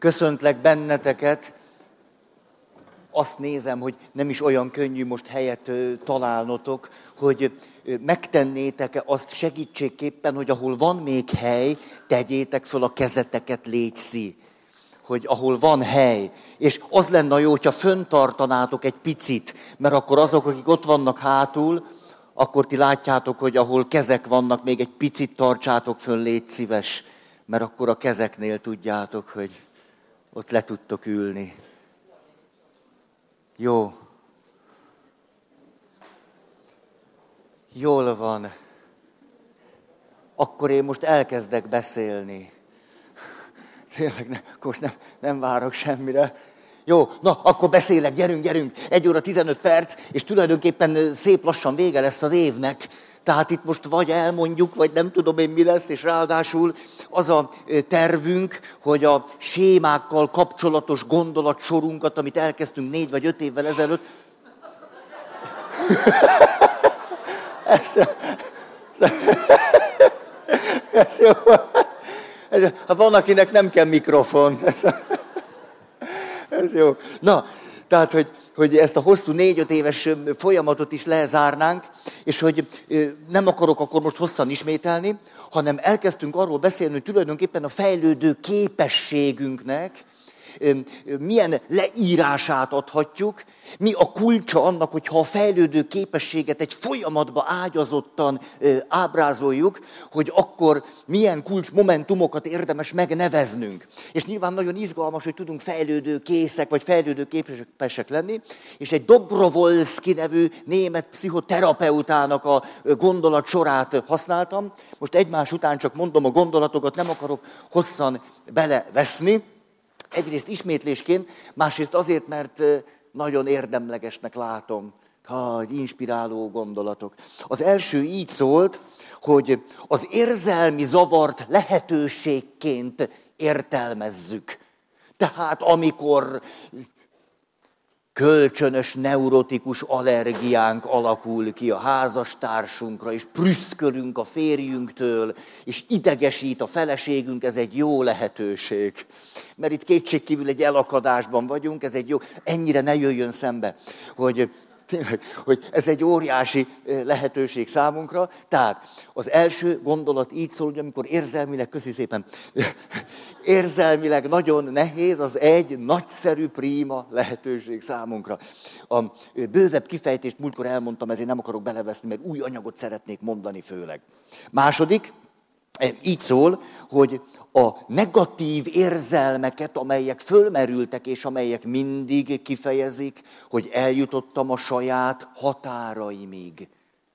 köszöntlek benneteket. Azt nézem, hogy nem is olyan könnyű most helyet találnotok, hogy megtennétek-e azt segítségképpen, hogy ahol van még hely, tegyétek föl a kezeteket, létszi. Hogy ahol van hely. És az lenne jó, hogyha föntartanátok egy picit, mert akkor azok, akik ott vannak hátul, akkor ti látjátok, hogy ahol kezek vannak, még egy picit tartsátok fönn, légy szíves, mert akkor a kezeknél tudjátok, hogy ott le tudtok ülni. Jó. Jól van. Akkor én most elkezdek beszélni. Tényleg, most nem várok semmire. Jó, na, akkor beszélek, gyerünk. 1 óra 15 perc, és tulajdonképpen szép lassan vége lesz az évnek. Tehát itt most vagy elmondjuk, vagy nem tudom én mi lesz, és ráadásul az a tervünk, hogy a sémákkal kapcsolatos gondolatsorunkat, amit elkezdtünk 4 vagy 5 évvel ezelőtt... Ez jó. Van, akinek nem kell mikrofon. Ez jó. Na, tehát, hogy ezt a hosszú 4-5 éves folyamatot is lezárnánk, és hogy nem akarok akkor most hosszan ismételni, hanem elkezdtünk arról beszélni, hogy tulajdonképpen a fejlődő képességünknek milyen leírását adhatjuk, mi a kulcsa annak, hogyha a fejlődő képességet egy folyamatba ágyazottan ábrázoljuk, hogy akkor milyen kulcsmomentumokat érdemes megneveznünk. És nyilván nagyon izgalmas, hogy tudunk fejlődő készek, vagy fejlődő képesek lenni, és egy Dobrovolszky nevű német pszichoterapeutának a gondolatsorát használtam. Most egymás után csak mondom a gondolatokat, nem akarok hosszan beleveszni. Egyrészt ismétlésként, másrészt azért, mert nagyon érdemlegesnek látom, hogy inspiráló gondolatok. Az első így szólt, hogy az érzelmi zavart lehetőségként értelmezzük. Tehát amikor kölcsönös neurotikus allergiánk alakul ki a házastársunkra, és prüszkölünk a férjünktől, és idegesít a feleségünk, ez egy jó lehetőség. Mert itt kétségkívül egy elakadásban vagyunk, ez egy jó, ennyire ne jöjjön szembe, hogy ez egy óriási lehetőség számunkra. Tehát az első gondolat így szól, hogy amikor érzelmileg, köszi szépen, érzelmileg nagyon nehéz, az egy nagyszerű, prima lehetőség számunkra. A bővebb kifejtést múltkor elmondtam, ezért nem akarok beleveszni, mert új anyagot szeretnék mondani főleg. Második, így szól, hogy a negatív érzelmeket, amelyek fölmerültek, és amelyek mindig kifejezik, hogy eljutottam a saját határaimig.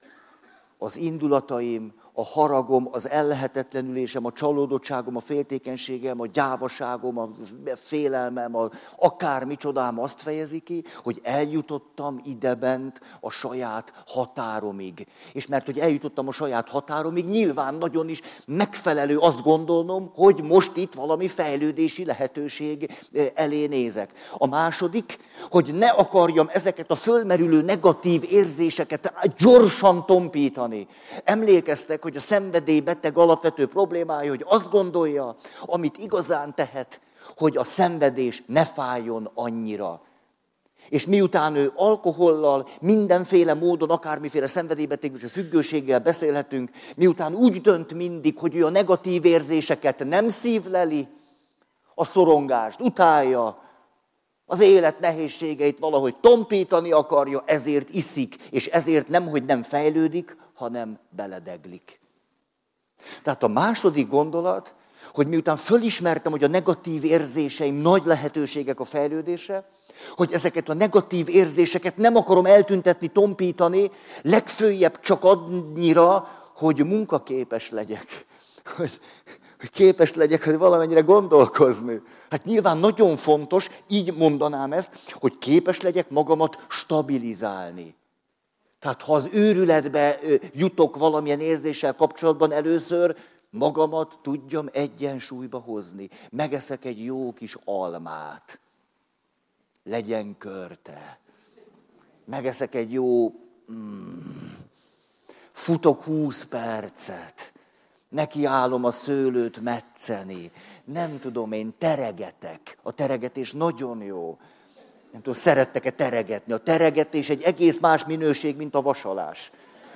Az indulataim, a haragom, az ellehetetlenülésem, a csalódottságom, a féltékenységem, a gyávaságom, a félelmem, akármicsodám azt fejezi ki, hogy eljutottam idebent a saját határomig. És mert hogy eljutottam a saját határomig, nyilván nagyon is megfelelő azt gondolnom, hogy most itt valami fejlődési lehetőség elé nézek. A második, hogy ne akarjam ezeket a fölmerülő negatív érzéseket gyorsan tompítani. Emlékeztek, hogy a szenvedélybeteg alapvető problémája, hogy azt gondolja, amit igazán tehet, hogy a szenvedés ne fájjon annyira. És miután ő alkohollal, mindenféle módon, akármiféle szenvedélybeteg vagy függőséggel beszélhetünk, miután úgy dönt mindig, hogy ő a negatív érzéseket nem szívleli, a szorongást utálja, az élet nehézségeit valahogy tompítani akarja, ezért iszik, és ezért nemhogy nem fejlődik, hanem beledeglik. Tehát a második gondolat, hogy miután fölismertem, hogy a negatív érzéseim nagy lehetőségek a fejlődésre, hogy ezeket a negatív érzéseket nem akarom eltüntetni, tompítani, legfőjebb csak annyira, hogy munkaképes legyek. Hogy képes legyek, hogy valamennyire gondolkozni. Hát nyilván nagyon fontos, így mondanám ezt, hogy képes legyek magamat stabilizálni. Tehát ha az őrületbe jutok valamilyen érzéssel kapcsolatban először, magamat tudjam egyensúlyba hozni. Megeszek egy jó kis almát. Legyen körte. Megeszek egy jó... Futok 20 percet. Nekiállom a szőlőt metszeni. Nem tudom, én teregetek. A teregetés nagyon jó. Nem tudom, szerettek-e teregetni. A teregetés egy egész más minőség, mint a vasalás.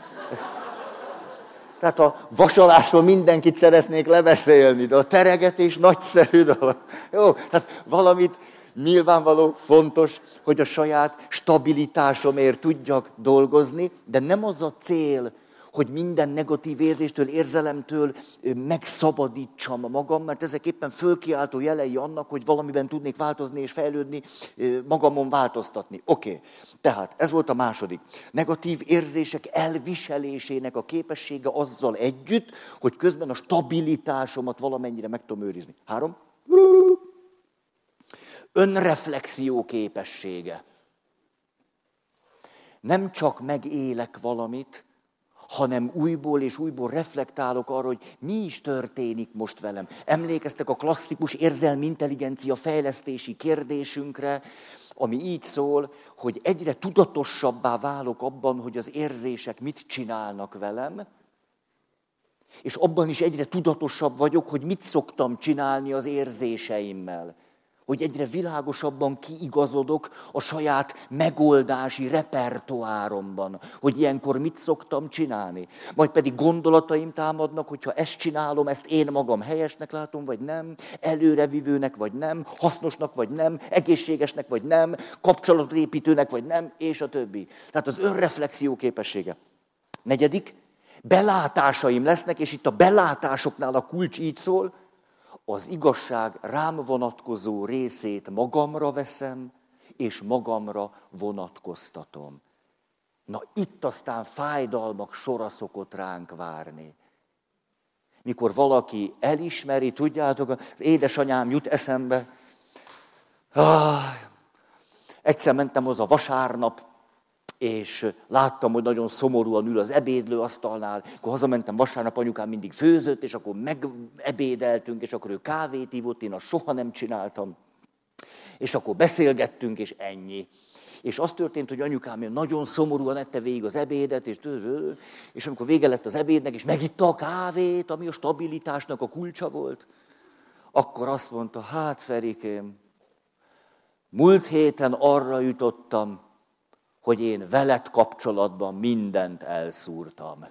Tehát a vasalásról mindenkit szeretnék lebeszélni, de a teregetés nagyszerű dolog. Jó, tehát valamit nyilvánvaló, fontos, hogy a saját stabilitásomért tudjak dolgozni, de nem az a cél, hogy minden negatív érzéstől, érzelemtől megszabadítsam magam, mert ezek éppen fölkiáltó jelei annak, hogy valamiben tudnék változni és fejlődni, magamon változtatni. Oké. Tehát ez volt a második. Negatív érzések elviselésének a képessége azzal együtt, hogy közben a stabilitásomat valamennyire meg tudom őrizni. 3. Önreflexió képessége. Nem csak megélek valamit, hanem újból és újból reflektálok arra, hogy mi is történik most velem. Emlékeztek a klasszikus érzelmi intelligencia fejlesztési kérdésünkre, ami így szól, hogy egyre tudatosabbá válok abban, hogy az érzések mit csinálnak velem, és abban is egyre tudatosabb vagyok, hogy mit szoktam csinálni az érzéseimmel. Hogy egyre világosabban kiigazodok a saját megoldási repertoáromban, hogy ilyenkor mit szoktam csinálni. Majd pedig gondolataim támadnak, hogyha ezt csinálom, ezt én magam helyesnek látom, vagy nem, előrevivőnek, vagy nem, hasznosnak, vagy nem, egészségesnek, vagy nem, kapcsolatépítőnek, vagy nem, és a többi. Tehát az önreflexió képessége. 4. Belátásaim lesznek, és itt a belátásoknál a kulcs így szól, az igazság rám vonatkozó részét magamra veszem, és magamra vonatkoztatom. Na itt aztán fájdalmak sora szokott ránk várni. Mikor valaki elismeri, tudjátok, az édesanyám jut eszembe. Egyszer mentem hozzá vasárnap, és láttam, hogy nagyon szomorúan ül az ebédlőasztalnál. Akkor hazamentem vasárnap, anyukám mindig főzött, és akkor megebédeltünk, és akkor ő kávét ívott, én azt soha nem csináltam. És akkor beszélgettünk, és ennyi. És az történt, hogy anyukám nagyon szomorúan ette végig az ebédet, és amikor vége lett az ebédnek, és megitta a kávét, ami a stabilitásnak a kulcsa volt, akkor azt mondta, hát Ferikém, múlt héten arra jutottam, hogy én veled kapcsolatban mindent elszúrtam.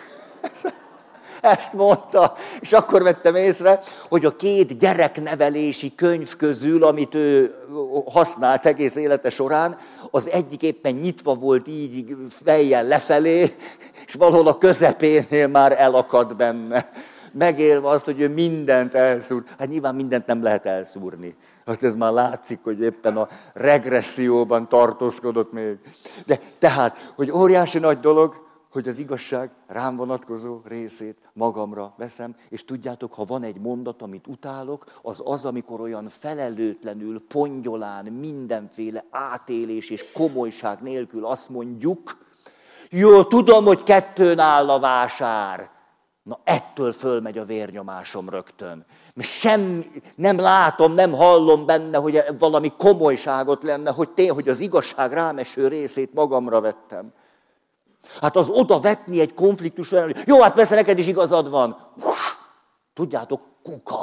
Ezt mondta, és akkor vettem észre, hogy a 2 gyereknevelési könyv közül, amit ő használt egész élete során, az egyik éppen nyitva volt így fejjel lefelé, és valahol a közepénél már elakadt benne. Megélve azt, hogy ő mindent elszúr. Hát nyilván mindent nem lehet elszúrni. Hát ez már látszik, hogy éppen a regresszióban tartózkodott még. De tehát, hogy óriási nagy dolog, hogy az igazság rám vonatkozó részét magamra veszem, és tudjátok, ha van egy mondat, amit utálok, az az, amikor olyan felelőtlenül, pongyolán, mindenféle átélés és komolyság nélkül azt mondjuk, jó, tudom, hogy 2-n áll a vásár. Na, ettől fölmegy a vérnyomásom rögtön. Nem látom, nem hallom benne, hogy valami komolyságot lenne, hogy az igazság rámeső részét magamra vettem. Hát az oda vetni egy konfliktus olyan, hogy jó, hát persze neked is igazad van. Tudjátok, kuka.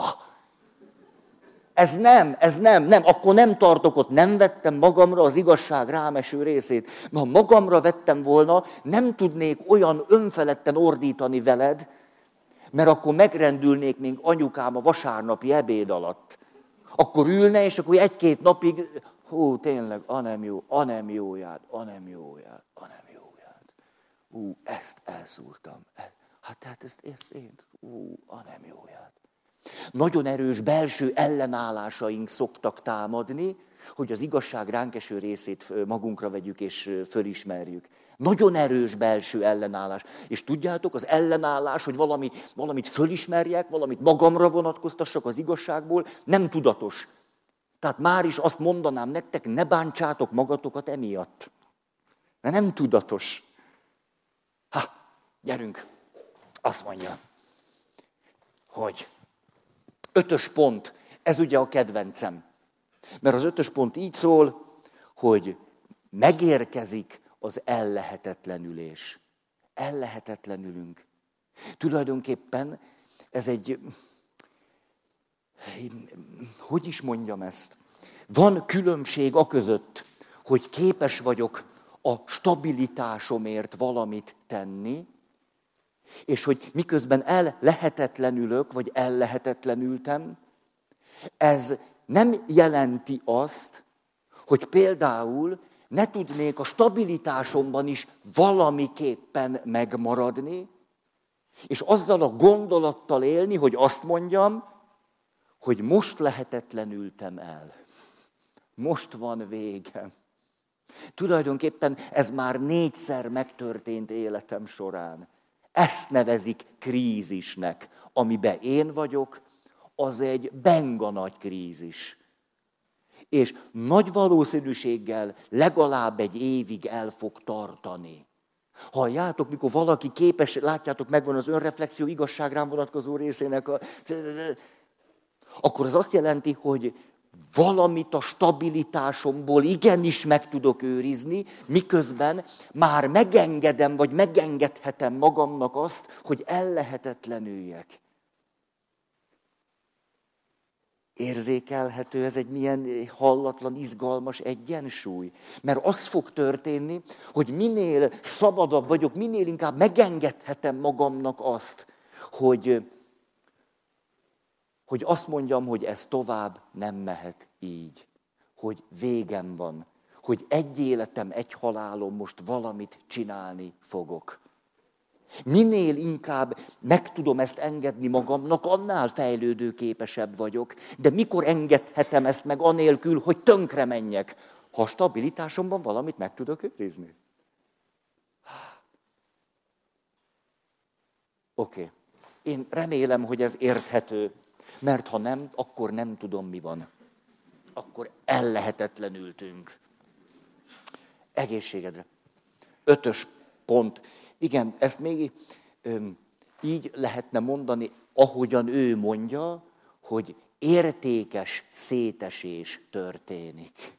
Ez nem, akkor nem tartok ott, nem vettem magamra az igazság rámeső részét. Ha magamra vettem volna, nem tudnék olyan önfeledten ordítani veled, mert akkor megrendülnék még anyukám a vasárnapi ebéd alatt. Akkor ülne, és akkor 1-2 napig, tényleg, nem jóját. Ezt elszúrtam. Hát tehát ezt én, nem jóját. Nagyon erős belső ellenállásaink szoktak támadni, hogy az igazság ránk eső részét magunkra vegyük és fölismerjük. Nagyon erős belső ellenállás. És tudjátok, az ellenállás, hogy valamit fölismerjek, valamit magamra vonatkoztassak az igazságból, nem tudatos. Tehát már is azt mondanám nektek, ne bántsátok magatokat emiatt. Mert nem tudatos. Gyerünk. Azt mondja, hogy 5. pont, ez ugye a kedvencem. Mert az 5. pont így szól, hogy megérkezik az ellehetetlenülés. Ellehetetlenülünk. Tulajdonképpen ez egy, hogy is mondjam ezt? Van különbség aközött, hogy képes vagyok a stabilitásomért valamit tenni, és hogy miközben ellehetetlenülök, vagy ellehetetlenültem, ez nem jelenti azt, hogy például ne tudnék a stabilitásomban is valamiképpen megmaradni, és azzal a gondolattal élni, hogy azt mondjam, hogy most lehetetlenültem el. Most van végem. Tulajdonképpen ez már 4-szer megtörtént életem során. Ezt nevezik krízisnek. Amiben én vagyok, az egy benga nagy krízis. És nagy valószínűséggel legalább egy évig el fog tartani. Halljátok, mikor valaki képes, látjátok, megvan az önreflexió igazságrám vonatkozó részének, akkor az azt jelenti, hogy valamit a stabilitásomból igenis meg tudok őrizni, miközben már megengedem, vagy megengedhetem magamnak azt, hogy ellehetetlenüljek. Érzékelhető ez egy milyen hallatlan, izgalmas egyensúly. Mert az fog történni, hogy minél szabadabb vagyok, minél inkább megengedhetem magamnak azt, hogy azt mondjam, hogy ez tovább nem mehet így. Hogy végem van. Hogy egy életem, egy halálom, most valamit csinálni fogok. Minél inkább meg tudom ezt engedni magamnak, annál fejlődőképesebb vagyok. De mikor engedhetem ezt meg anélkül, hogy tönkre menjek? Ha a stabilitásomban valamit meg tudok őrizni. Oké. Én remélem, hogy ez érthető. Mert ha nem, akkor nem tudom, mi van. Akkor ellehetetlenültünk. Egészségedre. 5. pont. Igen, ezt még így lehetne mondani, ahogyan ő mondja, hogy értékes szétesés történik.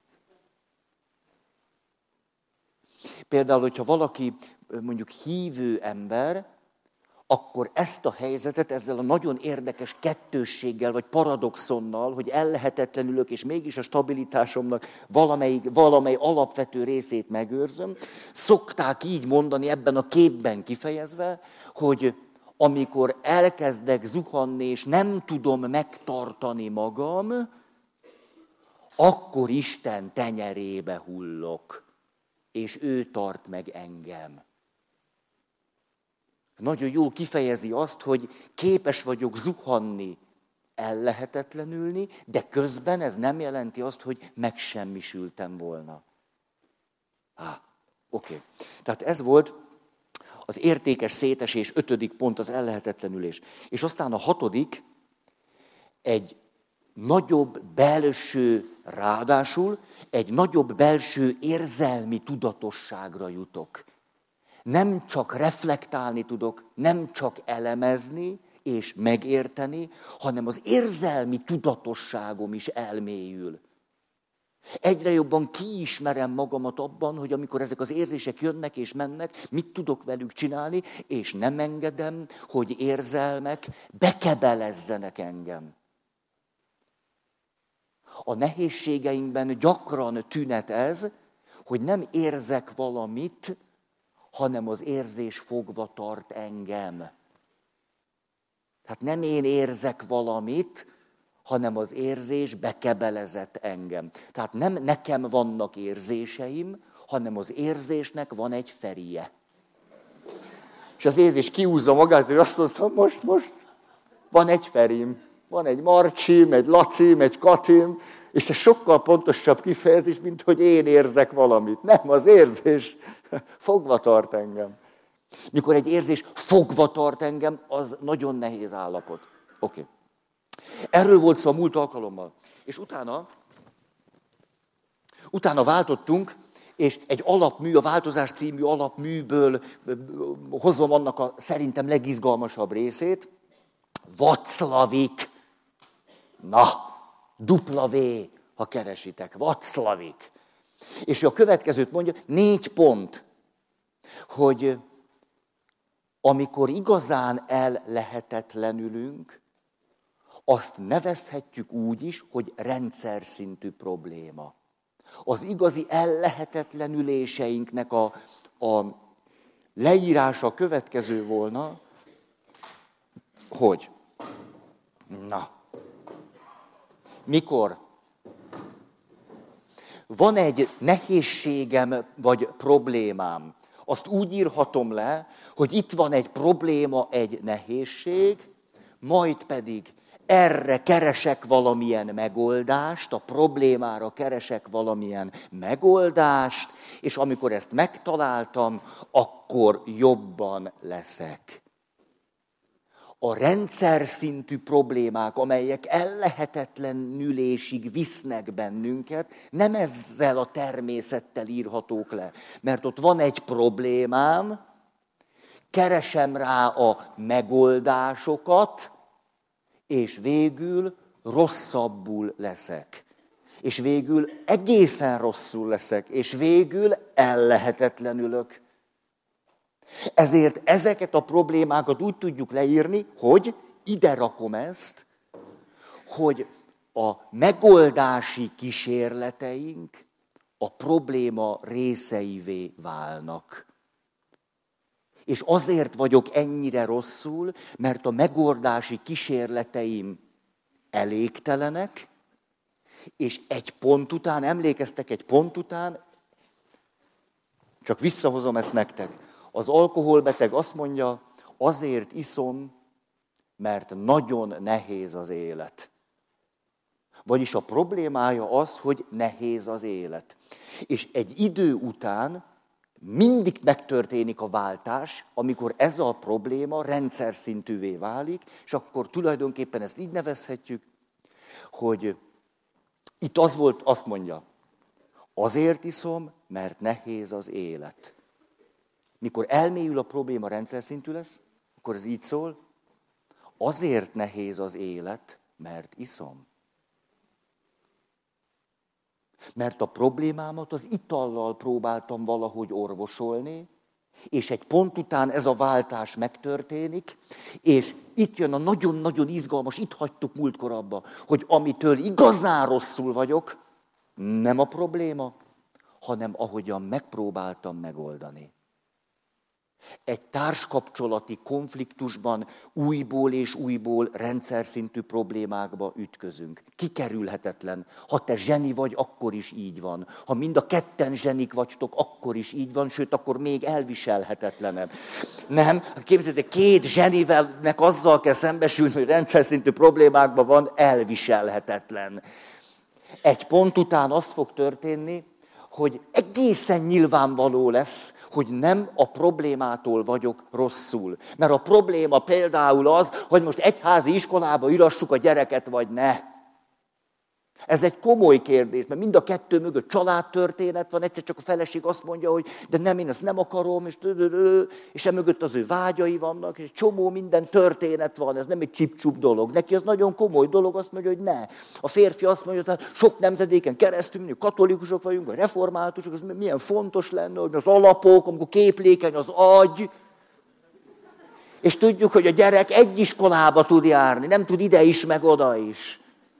Például, hogyha valaki mondjuk hívő ember, akkor ezt a helyzetet ezzel a nagyon érdekes kettősséggel, vagy paradoxonnal, hogy ellehetetlenülök, és mégis a stabilitásomnak valamely alapvető részét megőrzöm, szokták így mondani ebben a képben kifejezve, hogy amikor elkezdek zuhanni, és nem tudom megtartani magam, akkor Isten tenyerébe hullok, és ő tart meg engem. Nagyon jól kifejezi azt, hogy képes vagyok zuhanni, ellehetetlenülni, de közben ez nem jelenti azt, hogy megsemmisültem volna. Oké. Tehát ez volt az értékes szétesés 5. pont, az ellehetetlenülés. És aztán a 6. egy nagyobb belső, ráadásul egy nagyobb belső érzelmi tudatosságra jutok. Nem csak reflektálni tudok, nem csak elemezni és megérteni, hanem az érzelmi tudatosságom is elmélyül. Egyre jobban kiismerem magamat abban, hogy amikor ezek az érzések jönnek és mennek, mit tudok velük csinálni, és nem engedem, hogy érzelmek bekebelezzenek engem. A nehézségeinkben gyakran tünet ez, hogy nem érzek valamit, hanem az érzés fogva tart engem. Tehát nem én érzek valamit, hanem az érzés bekebelezett engem. Tehát nem nekem vannak érzéseim, hanem az érzésnek van egy ferie. És az érzés kiúzza magát, hogy azt mondta, most van egy ferim, van egy Marcsim, egy Lacim, egy Katim, és ez sokkal pontosabb kifejezés, mint hogy én érzek valamit. Nem, az érzés fogva tart engem. Mikor egy érzés fogva tart engem, az nagyon nehéz állapot. Oké. Erről volt szó a múlt alkalommal. És utána váltottunk, és egy alapmű, a Változás című alapműből hozom annak a szerintem legizgalmasabb részét. Václavik. Na, W, ha keresitek. Václavik. És a következőt mondja, 4 pont, hogy amikor igazán ellehetetlenülünk, azt nevezhetjük úgy is, hogy rendszer szintű probléma. Az igazi ellehetetlenüléseinknek a leírása következő volna, hogy mikor van egy nehézségem vagy problémám, azt úgy írhatom le, hogy itt van egy probléma, egy nehézség, majd pedig erre keresek valamilyen megoldást, a problémára keresek valamilyen megoldást, és amikor ezt megtaláltam, akkor jobban leszek. A rendszer szintű problémák, amelyek ellehetetlenülésig visznek bennünket, nem ezzel a természettel írhatók le. Mert ott van egy problémám, keresem rá a megoldásokat, és végül rosszabbul leszek. És végül egészen rosszul leszek, és végül ellehetetlenülök. Ezért ezeket a problémákat úgy tudjuk leírni, hogy ide rakom ezt, hogy a megoldási kísérleteink a probléma részeivé válnak. És azért vagyok ennyire rosszul, mert a megoldási kísérleteim elégtelenek, és egy pont után, emlékeztek, egy pont után, csak visszahozom ezt nektek. Az alkoholbeteg azt mondja, azért iszom, mert nagyon nehéz az élet. Vagyis a problémája az, hogy nehéz az élet. És egy idő után mindig megtörténik a váltás, amikor ez a probléma rendszer szintűvé válik, és akkor tulajdonképpen ezt így nevezhetjük, hogy itt azt mondja, azért iszom, mert nehéz az élet. Mikor elmélyül a probléma rendszer szintű lesz, akkor ez így szól, azért nehéz az élet, mert iszom. Mert a problémámat az itallal próbáltam valahogy orvosolni, és egy pont után ez a váltás megtörténik, és itt jön a nagyon-nagyon izgalmas, itt hagytuk múltkor abba, hogy amitől igazán rosszul vagyok, nem a probléma, hanem ahogyan megpróbáltam megoldani. Egy társkapcsolati konfliktusban újból és újból rendszer szintű problémákba ütközünk. Kikerülhetetlen. Ha te zseni vagy, akkor is így van. Ha mind a ketten zsenik vagytok, akkor is így van, sőt, akkor még elviselhetetlenebb. Nem? Képzeljétek, két zsenivelnek azzal kell szembesülni, hogy rendszer szintű problémákban van, elviselhetetlen. Egy pont után az fog történni, hogy egészen nyilvánvaló lesz, hogy nem a problémától vagyok rosszul. Mert a probléma például az, hogy most egyházi iskolába írassuk a gyereket, vagy ne. Ez egy komoly kérdés, mert mind a kettő mögött családtörténet van, egyszer csak a feleség azt mondja, hogy de nem, én ezt nem akarom, és emögött az ő vágyai vannak, és egy csomó minden történet van, ez nem egy csip-csup dolog. Neki az nagyon komoly dolog, azt mondja, hogy ne. A férfi azt mondja, hogy sok nemzedéken keresztül, mondjuk katolikusok vagyunk, vagy reformátusok, ez milyen fontos lenne, hogy az alapok, amikor képlékeny az agy, és tudjuk, hogy a gyerek egy iskolába tud járni, nem tud ide is, meg oda is.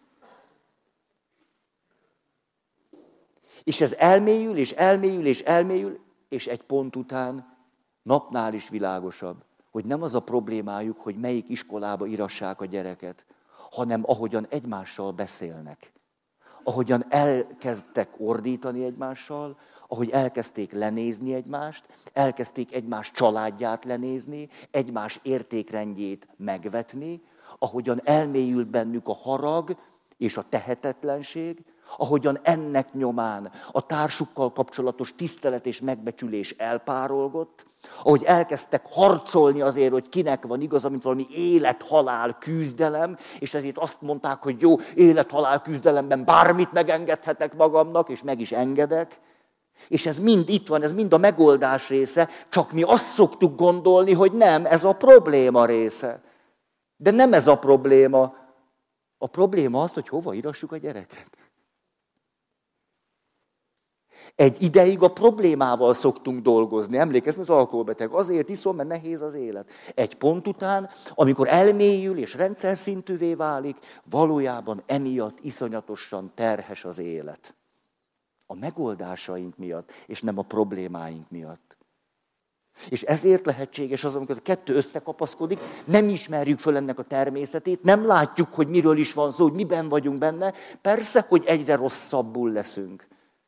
És ez elmélyül, és elmélyül, és elmélyül, és egy pont után napnál is világosabb, hogy nem az a problémájuk, hogy melyik iskolába írassák a gyereket, hanem ahogyan egymással beszélnek. Ahogyan elkezdtek ordítani egymással, ahogy elkezdték lenézni egymást, elkezdték egymás családját lenézni, egymás értékrendjét megvetni, ahogyan elmélyült bennük a harag és a tehetetlenség, ahogyan ennek nyomán a társukkal kapcsolatos tisztelet és megbecsülés elpárolgott, ahogy elkezdtek harcolni azért, hogy kinek van igaza, mint valami élet-halál küzdelem, és ezért azt mondták, hogy jó, élet-halál küzdelemben bármit megengedhetek magamnak, és meg is engedek. És ez mind itt van, ez mind a megoldás része, csak mi azt szoktuk gondolni, hogy nem, ez a probléma része. De nem ez a probléma. A probléma az, hogy hova írassuk a gyereket. Egy ideig a problémával szoktunk dolgozni. Emlékezz, az alkoholbeteg. Azért iszom, mert nehéz az élet. Egy pont után, amikor elmélyül és rendszer szintűvé válik, valójában emiatt iszonyatosan terhes az élet. A megoldásaink miatt, és nem a problémáink miatt. És ezért lehetséges az, amikor a kettő összekapaszkodik, nem ismerjük föl ennek a természetét, nem látjuk, hogy miről is van szó, hogy miben vagyunk benne, persze, hogy egyre rosszabbul leszünk.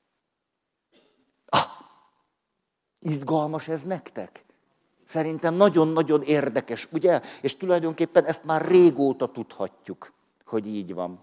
Izgalmas ez nektek? Szerintem nagyon-nagyon érdekes, ugye? És tulajdonképpen ezt már régóta tudhatjuk, hogy így van.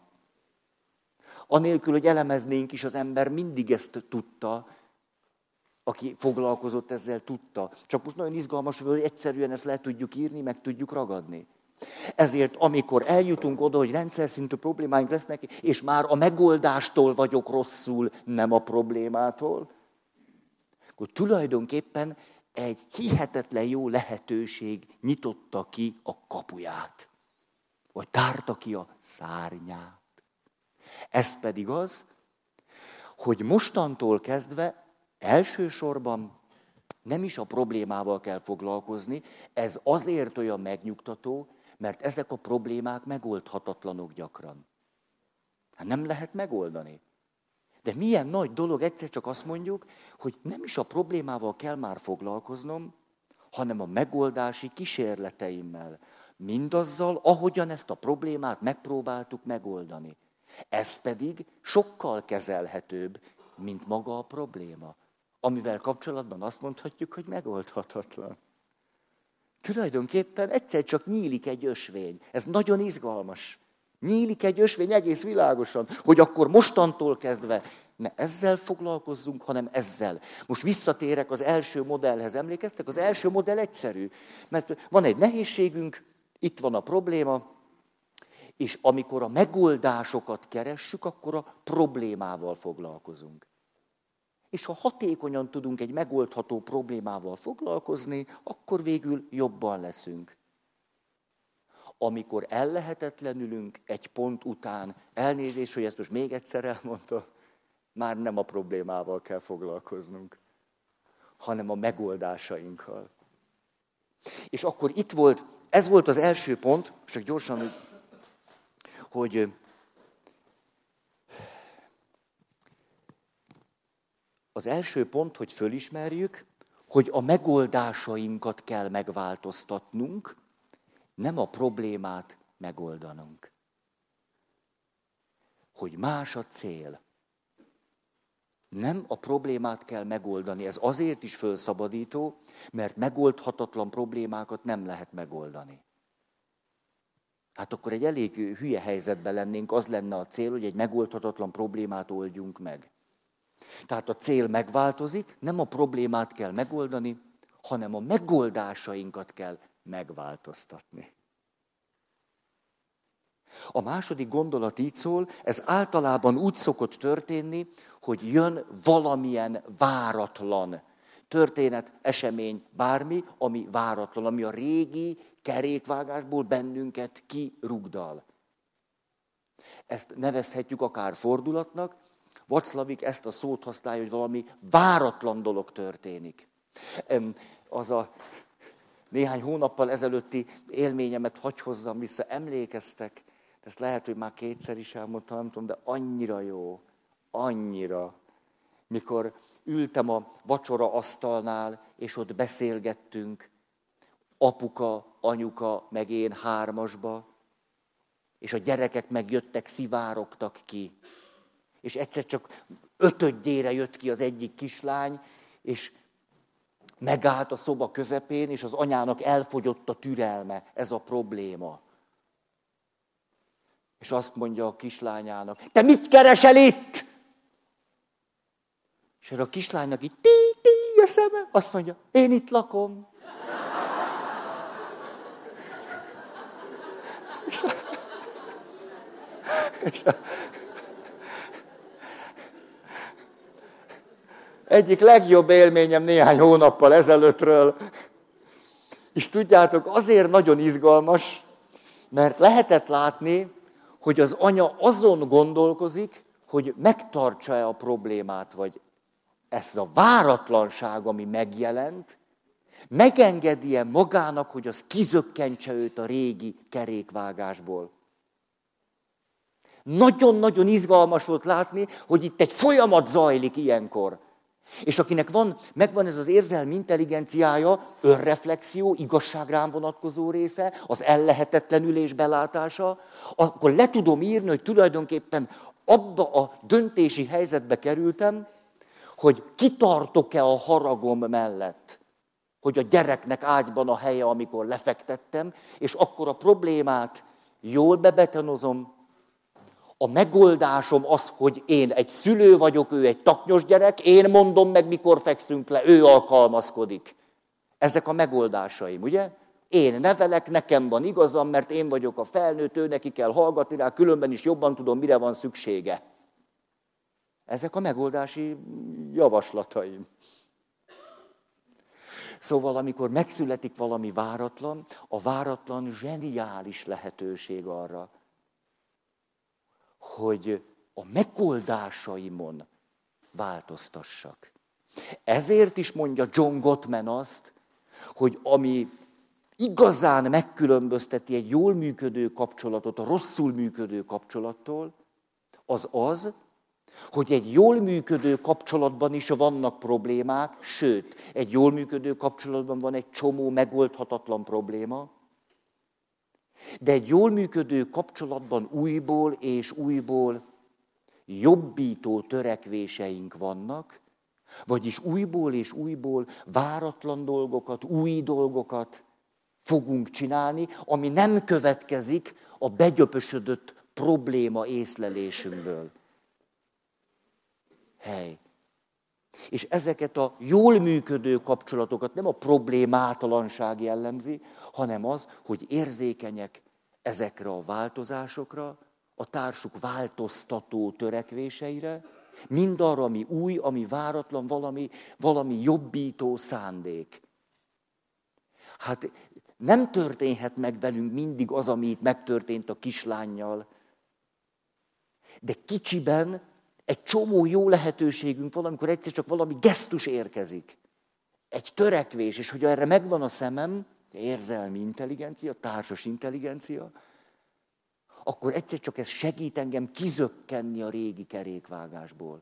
Anélkül, hogy elemeznénk is, az ember mindig ezt tudta, aki foglalkozott ezzel, tudta. Csak most nagyon izgalmas, hogy egyszerűen ezt le tudjuk írni, meg tudjuk ragadni. Ezért, amikor eljutunk oda, hogy rendszer szintű problémáink lesznek, és már a megoldástól vagyok rosszul, nem a problémától, akkor tulajdonképpen egy hihetetlen jó lehetőség nyitotta ki a kapuját, vagy tárta ki a szárnyát. Ez pedig az, hogy mostantól kezdve elsősorban nem is a problémával kell foglalkozni, ez azért olyan megnyugtató, mert ezek a problémák megoldhatatlanok gyakran. Hát nem lehet megoldani. De milyen nagy dolog, egyszer csak azt mondjuk, hogy nem is a problémával kell már foglalkoznom, hanem a megoldási kísérleteimmel. Mindazzal, ahogyan ezt a problémát megpróbáltuk megoldani. Ez pedig sokkal kezelhetőbb, mint maga a probléma, amivel kapcsolatban azt mondhatjuk, hogy megoldhatatlan. Tulajdonképpen egyszer csak nyílik egy ösvény. Ez nagyon izgalmas. Nyílik egy ösvény egész világosan, hogy akkor mostantól kezdve ne ezzel foglalkozzunk, hanem ezzel. Most visszatérek az első modellhez. Emlékeztek? Az első modell egyszerű. Mert van egy nehézségünk, itt van a probléma, és amikor a megoldásokat keressük, akkor a problémával foglalkozunk. És ha hatékonyan tudunk egy megoldható problémával foglalkozni, akkor végül jobban leszünk. Amikor ellehetetlenülünk egy pont után, elnézést, hogy ezt most még egyszer elmondtam, már nem a problémával kell foglalkoznunk, hanem a megoldásainkkal. És akkor itt volt, ez volt az első pont, csak gyorsan, hogy az első pont, hogy fölismerjük, hogy a megoldásainkat kell megváltoztatnunk, nem a problémát megoldanunk. Hogy más a cél. Nem a problémát kell megoldani. Ez azért is fölszabadító, mert megoldhatatlan problémákat nem lehet megoldani. Hát akkor egy elég hülye helyzetben lennénk, az lenne a cél, hogy egy megoldhatatlan problémát oldjunk meg. Tehát a cél megváltozik, nem a problémát kell megoldani, hanem a megoldásainkat kell megváltoztatni. A második gondolat így szól, ez általában úgy szokott történni, hogy jön valamilyen váratlan történet, esemény, bármi, ami váratlan, ami a régi kerékvágásból bennünket kirugdal. Ezt nevezhetjük akár fordulatnak, Václavik ezt a szót használja, hogy valami váratlan dolog történik. Az a néhány hónappal ezelőtti élményemet hadd hozzam vissza, emlékeztek, ezt lehet, hogy már kétszer is elmondtam, nem tudom, de annyira jó, annyira. Mikor ültem a vacsora asztalnál, és ott beszélgettünk, apuka, anyuka, meg én hármasba, és a gyerekek megjöttek, szivárogtak ki. És egyszer csak 5-ödjére jött ki az egyik kislány, és megállt a szoba közepén, és az anyának elfogyott a türelme, ez a probléma. És azt mondja a kislányának, te mit keresel itt? És erre a kislánynak így tí a szeme, azt mondja, én itt lakom. Egyik legjobb élményem néhány hónappal ezelőttről. És tudjátok, azért nagyon izgalmas, mert lehetett látni, hogy az anya azon gondolkozik, hogy megtartsa-e a problémát, vagy ez a váratlanság, ami megjelent, megengedi-e magának, hogy az kizökkentse őt a régi kerékvágásból. Nagyon-nagyon izgalmas volt látni, hogy itt egy folyamat zajlik ilyenkor. És akinek megvan ez az érzelmi intelligenciája, önreflexió, igazságrám vonatkozó része, az ellehetetlenülés belátása, akkor le tudom írni, hogy tulajdonképpen abba a döntési helyzetbe kerültem, hogy kitartok-e a haragom mellett, hogy a gyereknek ágyban a helye, amikor lefektettem, és akkor a problémát jól bebetonozom. A megoldásom az, hogy én egy szülő vagyok, ő egy taknyos gyerek, én mondom meg, mikor fekszünk le, ő alkalmazkodik. Ezek a megoldásaim, ugye? Én nevelek, nekem van igazam, mert én vagyok a felnőtt, ő neki kell hallgatni rá, különben is jobban tudom, mire van szüksége. Ezek a megoldási javaslataim. Szóval, amikor megszületik valami váratlan, a váratlan zseniális lehetőség arra, hogy a megoldásaimon változtassak. Ezért is mondja John Gottman azt, hogy ami igazán megkülönbözteti egy jól működő kapcsolatot a rosszul működő kapcsolattól, az az, hogy egy jól működő kapcsolatban is vannak problémák, sőt, egy jól működő kapcsolatban van egy csomó megoldhatatlan probléma, de egy jól működő kapcsolatban újból és újból jobbító törekvéseink vannak, vagyis újból és újból váratlan dolgokat, új dolgokat fogunk csinálni, ami nem következik a begyöpösödött probléma észlelésünkből. És ezeket a jól működő kapcsolatokat nem a problémátalanság jellemzi, hanem az, hogy érzékenyek ezekre a változásokra, a társuk változtató törekvéseire, mindarra, ami új, ami váratlan, valami jobbító szándék. Hát nem történhet meg velünk mindig az, ami itt megtörtént a kislánnyal, de kicsiben egy csomó jó lehetőségünk van, amikor egyszer csak valami gesztus érkezik. Egy törekvés, és hogy erre megvan a szemem, érzelmi intelligencia, társas intelligencia, akkor egyszer csak ez segít engem kizökkenni a régi kerékvágásból.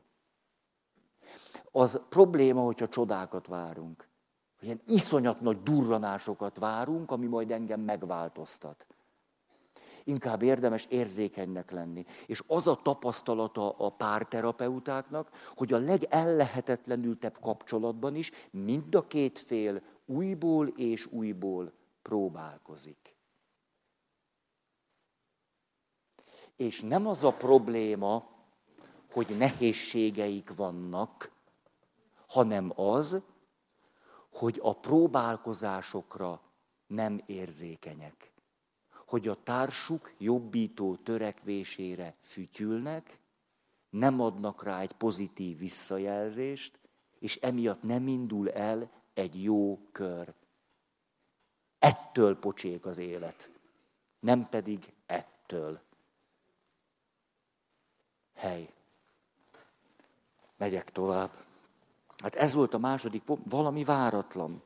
Az probléma, hogyha csodákat várunk. Ilyen iszonyat nagy durranásokat várunk, ami majd engem megváltoztat. Inkább érdemes érzékenynek lenni. És az a tapasztalata a párterapeutáknak, hogy a legellehetetlenültebb kapcsolatban is mind a két fél újból és újból próbálkozik. És nem az a probléma, hogy nehézségeik vannak, hanem az, hogy a próbálkozásokra nem érzékenyek. Hogy a társuk jobbító törekvésére fütyülnek, nem adnak rá egy pozitív visszajelzést, és emiatt nem indul el egy jó kör. Ettől pocsék az élet, nem pedig ettől. Megyek tovább. Hát ez volt a második pont, valami váratlan.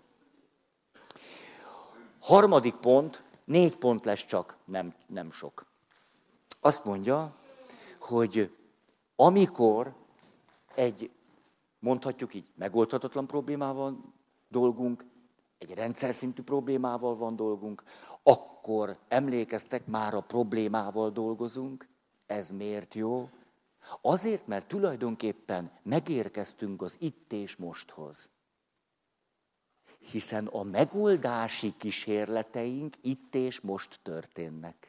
Harmadik pont, 4 pont lesz csak, nem sok. Azt mondja, hogy amikor mondhatjuk így, megoldhatatlan problémával dolgunk, egy rendszer szintű problémával van dolgunk, akkor emlékeztek, már a problémával dolgozunk. Ez miért jó? Azért, mert tulajdonképpen megérkeztünk az itt és mosthoz. Hiszen a megoldási kísérleteink itt és most történnek.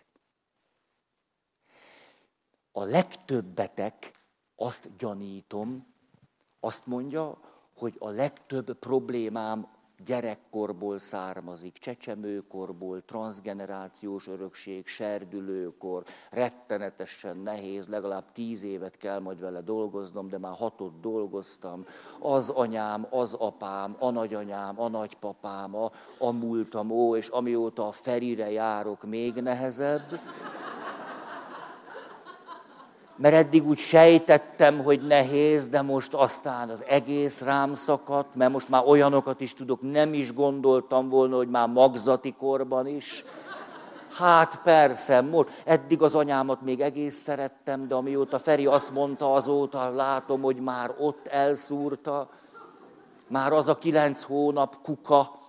A legtöbbetek, azt gyanítom, azt mondja, hogy a legtöbb problémám gyerekkorból származik, csecsemőkorból, transzgenerációs örökség, serdülőkor, rettenetesen nehéz, legalább 10 évet kell majd vele dolgoznom, de már 6 dolgoztam. Az anyám, az apám, a nagyanyám, a nagypapám, a múltam, és amióta a Ferire járok, még nehezebb. Mert eddig úgy sejtettem, hogy nehéz, de most aztán az egész rám szakadt, mert most már olyanokat is tudok, nem is gondoltam volna, hogy már magzati korban is. Hát persze, most eddig az anyámat még egész szerettem, de amióta Feri azt mondta, azóta látom, hogy már ott elszúrta. Már az a 9 hónap kuka.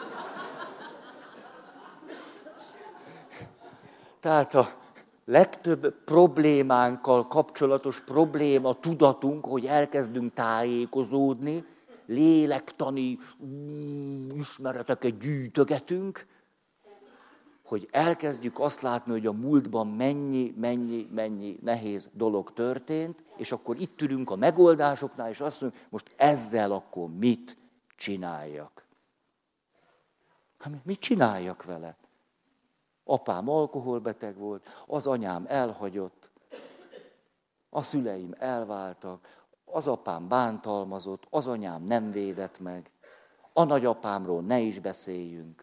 Tehát a legtöbb problémánkkal kapcsolatos probléma tudatunk, hogy elkezdünk tájékozódni, lélektani ismereteket gyűjtögetünk, hogy elkezdjük azt látni, hogy a múltban mennyi nehéz dolog történt, és akkor itt ülünk a megoldásoknál, és azt mondjuk, most ezzel akkor mit csináljak? Hát mit csináljak vele? Apám alkoholbeteg volt, az anyám elhagyott, a szüleim elváltak, az apám bántalmazott, az anyám nem védett meg, a nagyapámról ne is beszéljünk.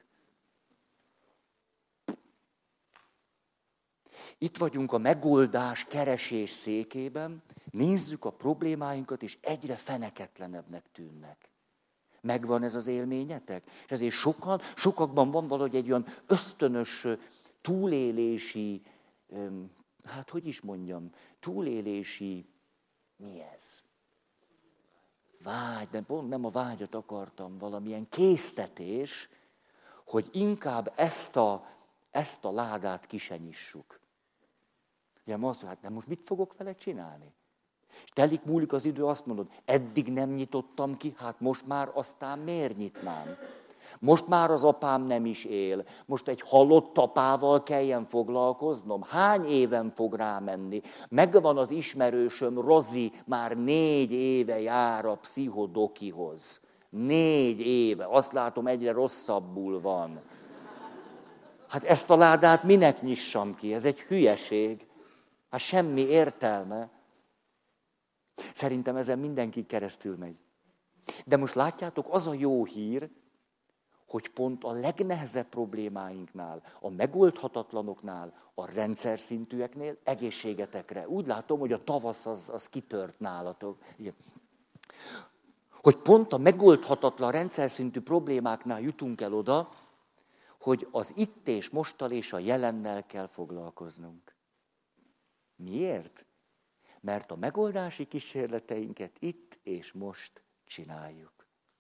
Itt vagyunk a megoldás keresés székében, nézzük a problémáinkat, és egyre feneketlenebbnek tűnnek. Megvan ez az élményetek? És ezért sokakban van valahogy egy olyan ösztönös túlélési, hát hogy is mondjam, túlélési, mi ez? Vágy, de pont nem a vágyat akartam, valamilyen késztetés, hogy inkább ezt a ládát ki se nyissuk. Ugye azt mondja, hát nem most mit fogok vele csinálni? És telik múlik az idő, azt mondod, eddig nem nyitottam ki, hát most már aztán miért nyitnám? Most már az apám nem is él. Most egy halott apával kelljen foglalkoznom? Hány éven fog rámenni? Megvan az ismerősöm, Rozi, már 4 éve jár a pszichodokihoz. 4 éve. Azt látom, egyre rosszabbul van. Hát ezt a ládát minek nyissam ki? Ez egy hülyeség. Hát semmi értelme. Szerintem ezen mindenki keresztül megy. De most látjátok, az a jó hír, hogy pont a legnehezebb problémáinknál, a megoldhatatlanoknál, a rendszer szintűeknél egészségetekre. Úgy látom, hogy a tavasz az kitört nálatok. Igen. Hogy pont a megoldhatatlan rendszer szintű problémáknál jutunk el oda, hogy az itt és mostal és a jelennel kell foglalkoznunk. Miért? Mert a megoldási kísérleteinket itt és most csináljuk.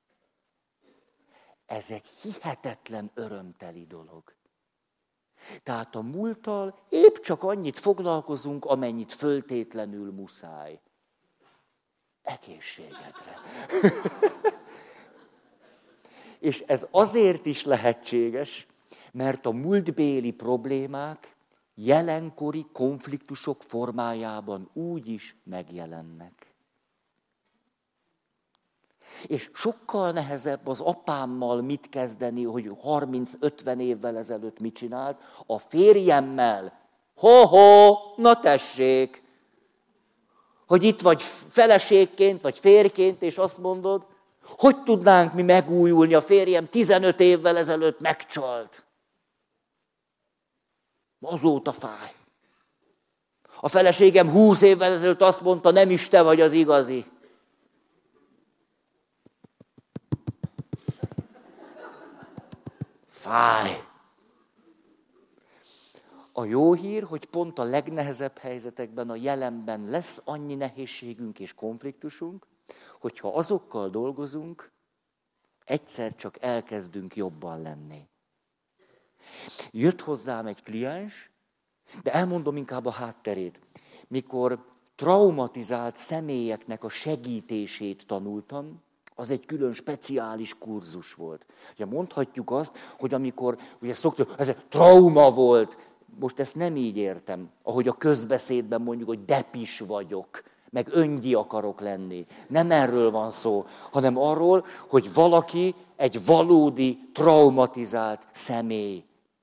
Ez egy hihetetlen örömteli dolog. Tehát a múlttal épp csak annyit foglalkozunk, amennyit föltétlenül muszáj. Egészségedre. És ez azért is lehetséges, mert a múltbéli problémák jelenkori konfliktusok formájában úgy is megjelennek. És sokkal nehezebb az apámmal mit kezdeni, hogy 30-50 évvel ezelőtt mit csinált, a férjemmel. Ho-ho, na tessék! Hogy itt vagy feleségként, vagy férjként, és azt mondod, hogy tudnánk mi megújulni, a férjem 15 évvel ezelőtt megcsalt. Azóta fáj. A feleségem 20 évvel ezelőtt azt mondta, nem is te vagy az igazi. Fáj. A jó hír, hogy pont a legnehezebb helyzetekben, a jelenben lesz annyi nehézségünk és konfliktusunk, hogyha azokkal dolgozunk, egyszer csak elkezdünk jobban lenni. Jött hozzám egy kliens, de elmondom inkább a hátterét. Mikor traumatizált személyeknek a segítését tanultam, az egy külön speciális kurzus volt. Ugye mondhatjuk azt, hogy amikor, ugye szoktuk, ez egy trauma volt, most ezt nem így értem, ahogy a közbeszédben mondjuk, hogy depis vagyok, meg öngyi akarok lenni. Nem erről van szó, hanem arról, hogy valaki egy valódi traumatizált személy.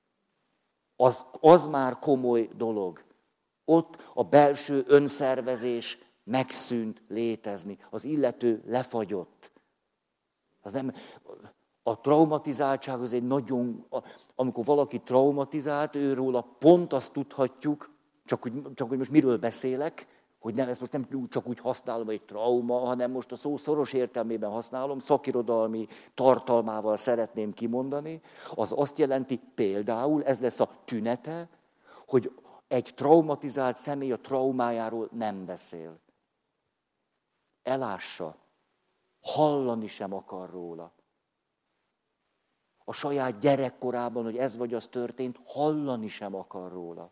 Az már komoly dolog. Ott a belső önszervezés megszűnt létezni. Az illető lefagyott. Az nem, a traumatizáltság az egy nagyon, amikor valaki traumatizált, őróla pont azt tudhatjuk, csak hogy most miről beszélek, hogy nem, ezt most nem csak úgy használom, egy trauma, hanem most a szó szoros értelmében használom, szakirodalmi tartalmával szeretném kimondani, az azt jelenti például, ez lesz a tünete, hogy egy traumatizált személy a traumájáról nem beszél. Elássa, hallani sem akar róla. A saját gyerekkorában, hogy ez vagy az történt, hallani sem akar róla.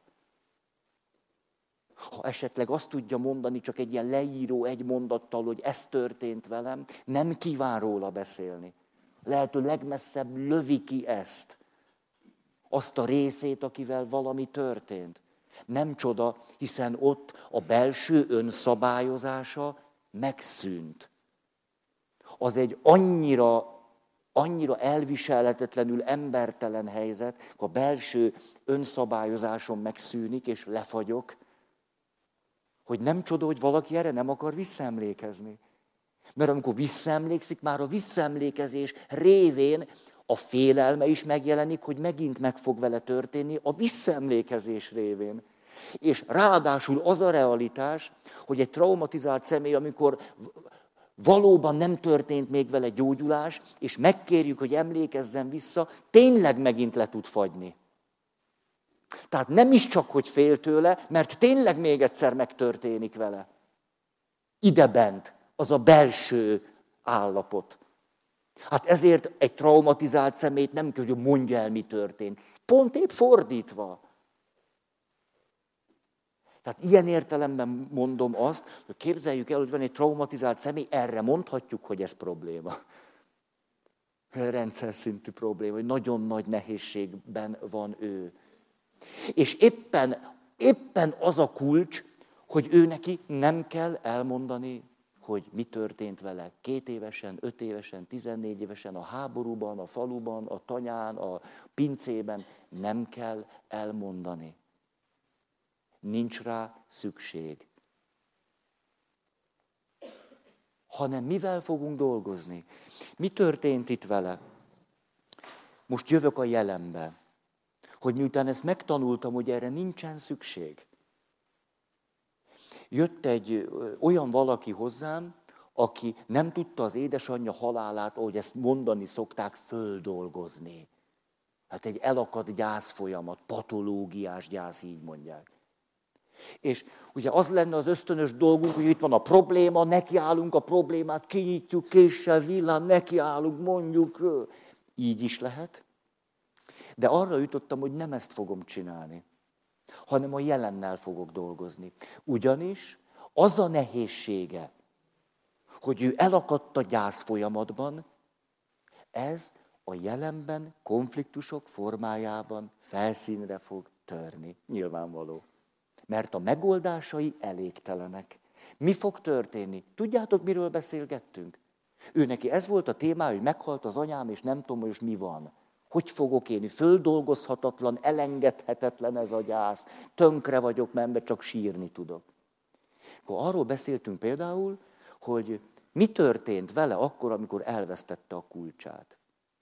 Ha esetleg azt tudja mondani csak egy ilyen leíró egy mondattal, hogy ez történt velem, nem kíván róla beszélni. Lehető legmesszebb lövi ki ezt. Azt a részét, akivel valami történt. Nem csoda, hiszen ott a belső önszabályozása megszűnt. Az egy annyira elviselhetetlenül embertelen helyzet, a belső önszabályozáson megszűnik, és lefagyok, hogy nem csoda, hogy valaki erre nem akar visszaemlékezni. Mert amikor visszaemlékszik, már a visszaemlékezés révén a félelme is megjelenik, hogy megint meg fog vele történni a visszaemlékezés révén. És ráadásul az a realitás, hogy egy traumatizált személy, amikor valóban nem történt még vele gyógyulás, és megkérjük, hogy emlékezzen vissza, tényleg megint le tud fagyni. Tehát nem is csak, hogy fél tőle, mert tényleg még egyszer megtörténik vele. Idebent, az a belső állapot. Hát ezért egy traumatizált személyt nem kell, hogy mondja el, mi történt. Pont épp fordítva. Tehát ilyen értelemben mondom azt, hogy képzeljük el, hogy van egy traumatizált személy, erre mondhatjuk, hogy ez probléma. Rendszer szintű probléma, hogy nagyon nagy nehézségben van ő. És éppen az a kulcs, hogy ő neki nem kell elmondani, hogy mi történt vele 2 évesen, 5 évesen, 14 évesen, a háborúban, a faluban, a tanyán, a pincében. Nem kell elmondani. Nincs rá szükség. Hanem mivel fogunk dolgozni? Mi történt itt vele? Most jövök a jelenbe. Hogy miután ezt megtanultam, hogy erre nincsen szükség. Jött egy olyan valaki hozzám, aki nem tudta az édesanyja halálát, ahogy ezt mondani szokták, földolgozni. Hát egy elakadt gyászfolyamat, patológiás gyász, így mondják. És ugye az lenne az ösztönös dolgunk, hogy itt van a probléma, nekiállunk a problémát, kinyitjuk késsel, villán, nekiállunk, mondjuk. Így is lehet. De arra jutottam, hogy nem ezt fogom csinálni, hanem a jelennel fogok dolgozni. Ugyanis az a nehézsége, hogy ő elakadt a gyász folyamatban, ez a jelenben konfliktusok formájában felszínre fog törni. Nyilvánvaló. Mert a megoldásai elégtelenek. Mi fog történni? Tudjátok, miről beszélgettünk? Ő neki ez volt a témája, hogy meghalt az anyám, és nem tudom, hogy most mi van. Hogy fogok élni? Földolgozhatatlan, elengedhetetlen ez a gyász. Tönkre vagyok, mert csak sírni tudok. Akkor arról beszéltünk például, hogy mi történt vele akkor, amikor elvesztette a kulcsát.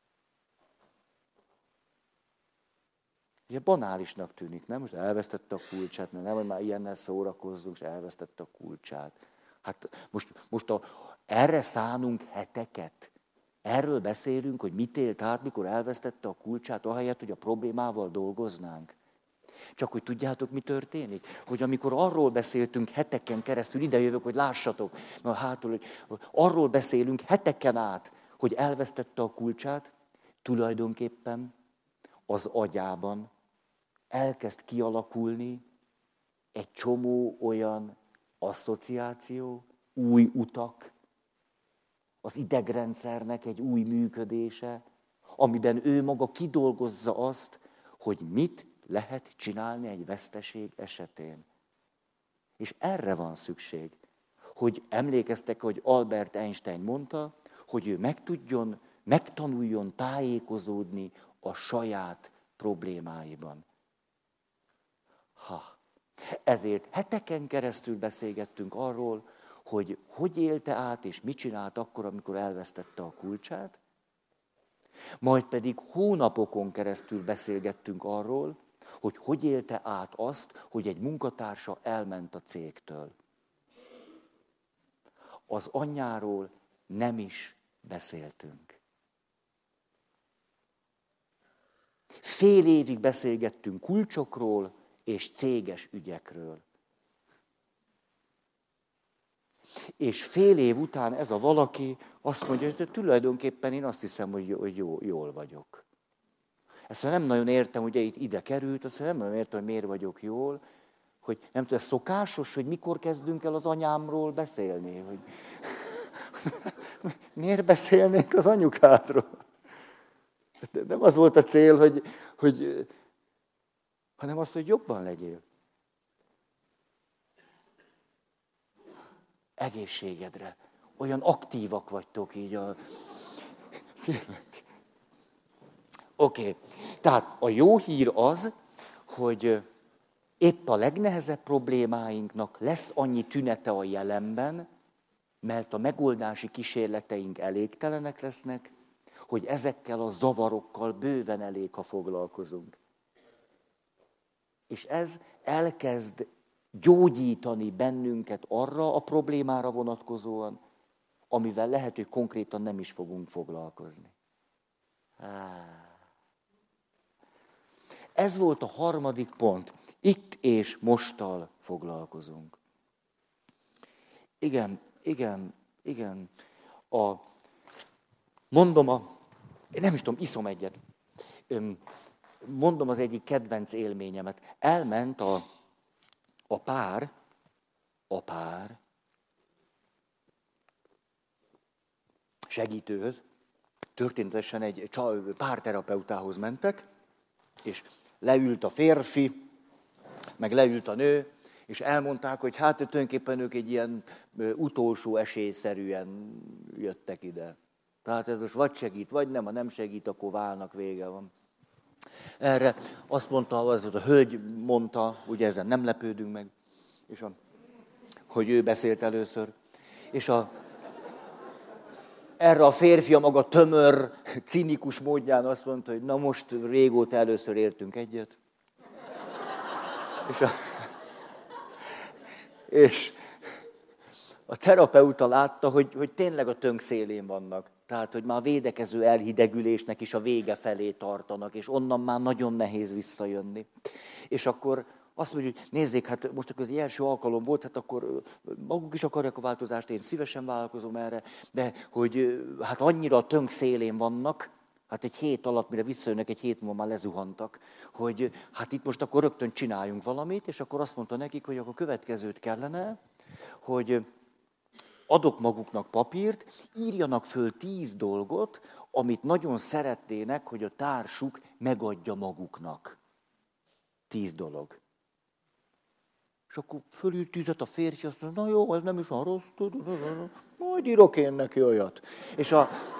Ugye banálisnak tűnik, nem? Most elvesztette a kulcsát, nem, hogy már ilyennel szórakozzunk, és elvesztette a kulcsát. Hát most erre szánunk heteket. Erről beszélünk, hogy mit élt át, mikor elvesztette a kulcsát, ahelyett, hogy a problémával dolgoznánk. Csak hogy tudjátok, mi történik? Hogy amikor arról beszéltünk heteken keresztül, ide jövök, hogy lássatok, mert hátul, hogy arról beszélünk heteken át, hogy elvesztette a kulcsát, tulajdonképpen az agyában elkezd kialakulni egy csomó olyan asszociáció, új utak, az idegrendszernek egy új működése, amiben ő maga kidolgozza azt, hogy mit lehet csinálni egy veszteség esetén. És erre van szükség, hogy emlékeztek, hogy Albert Einstein mondta, hogy ő megtanuljon tájékozódni a saját problémáiban. Ezért heteken keresztül beszélgettünk arról, hogy élte át és mit csinált akkor, amikor elvesztette a kulcsát. Majd pedig hónapokon keresztül beszélgettünk arról, hogy élte át azt, hogy egy munkatársa elment a cégtől. az anyjáról nem is beszéltünk. Fél évig beszélgettünk kulcsokról és céges ügyekről. És fél év után ez a valaki azt mondja, hogy tulajdonképpen én azt hiszem, hogy jól vagyok. Ezt nem nagyon értem, ugye itt ide került, azt nem nagyon értem, hogy miért vagyok jól, hogy nem tudom, ez szokásos, hogy mikor kezdünk el az anyámról beszélni, hogy miért beszélnénk az anyukádról? Nem az volt a cél, hanem az, hogy jobban legyél. Egészségedre. Olyan aktívak vagytok így a... Oké. Tehát a jó hír az, hogy épp a legnehezebb problémáinknak lesz annyi tünete a jelenben, mert a megoldási kísérleteink elégtelenek lesznek, hogy ezekkel a zavarokkal bőven elég, ha foglalkozunk. És ez elkezd gyógyítani bennünket arra a problémára vonatkozóan, amivel lehet, hogy konkrétan nem is fogunk foglalkozni. Ez volt a harmadik pont. Itt és mosttal foglalkozunk. Igen. Én nem is tudom, iszom egyet. Mondom az egyik kedvenc élményemet. Elment a pár segítőhöz, történetesen egy párterapeutához mentek, és leült a férfi, meg leült a nő, és elmondták, hogy hát tulajdonképpen ők egy ilyen utolsó esélyszerűen jöttek ide. Tehát ez most vagy segít, vagy nem, ha nem segít, akkor válnak, vége van. Erre azt mondta, az a hölgy mondta, ugye ezen nem lepődünk meg, és hogy ő beszélt először. És erre a férfi a maga tömör, cinikus módján azt mondta, hogy na most régóta először értünk egyet. És a terapeuta látta, hogy tényleg a tönk szélén vannak. Tehát, hogy már a védekező elhidegülésnek is a vége felé tartanak, és onnan már nagyon nehéz visszajönni. És akkor azt mondja, hogy nézzék, hát most akkor az első alkalom volt, hát akkor maguk is akarják a változást, én szívesen vállalkozom erre, de hogy hát annyira a tönk szélén vannak, hát egy hét alatt, mire visszajönnek, egy hét múlva már lezuhantak, hogy hát itt most akkor rögtön csináljunk valamit, és akkor azt mondta nekik, hogy akkor következőt kellene, hogy adok maguknak papírt, írjanak föl 10 dolgot, amit nagyon szeretnének, hogy a társuk megadja maguknak. 10 dolog. És akkor fölírt 10-et a férfi, azt mondja, na jó, ez nem is olyan rossz, majd írok én neki olyat. És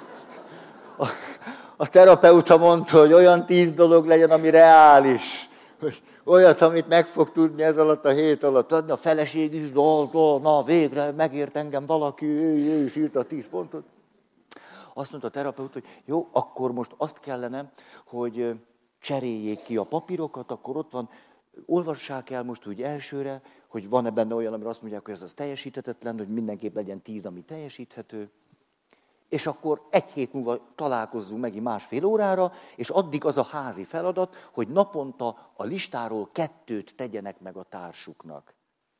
a terapeuta mondta, hogy olyan 10 dolog legyen, ami reális. Olyat, amit meg fog tudni ez alatt a hét alatt adni. A feleség is, na végre megért engem valaki, ő is írta a 10 pontot. Azt mondta a terapeuta, hogy jó, akkor most azt kellene, hogy cseréljék ki a papírokat, akkor ott van, olvassák el most úgy elsőre, hogy van-e benne olyan, amire azt mondják, hogy ez az teljesíthetetlen, hogy mindenképp legyen 10, ami teljesíthető. És akkor egy hét múlva találkozzunk megint 1,5 órára, és addig az a házi feladat, hogy naponta a listáról 2 tegyenek meg a társuknak.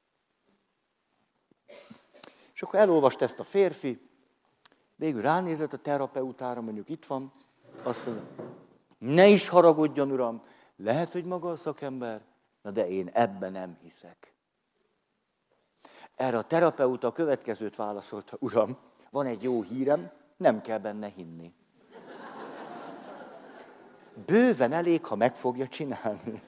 És akkor elolvast ezt a férfi, végül ránézett a terapeutára, mondjuk itt van, azt mondja, ne is haragudjon, uram, lehet, hogy maga a szakember, na de én ebben nem hiszek. Erre a terapeuta a következőt válaszolta, uram, van egy jó hírem, nem kell benne hinni. Bőven elég, ha meg fogja csinálni.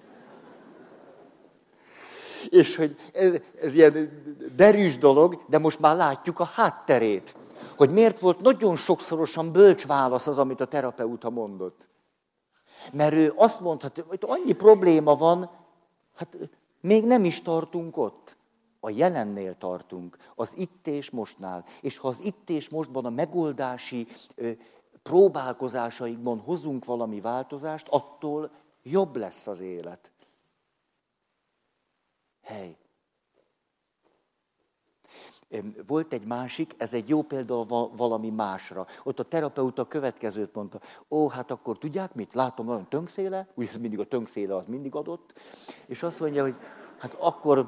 És hogy ez ilyen derűs dolog, de most már látjuk a hátterét. Hogy miért volt nagyon sokszorosan bölcs válasz az, amit a terapeuta mondott. Mert ő azt mondta, hogy annyi probléma van, hát még nem is tartunk ott. A jelennél tartunk, az itt és mostnál. És ha az itt és mostban a megoldási próbálkozásaikban hozunk valami változást, attól jobb lesz az élet. Volt egy másik, ez egy jó példa valami másra. Ott a terapeuta következőt mondta. Hát akkor tudják mit? Látom, olyan tönkszéle, ugye ez mindig a tönkszéle az mindig adott, és azt mondja, hogy hát akkor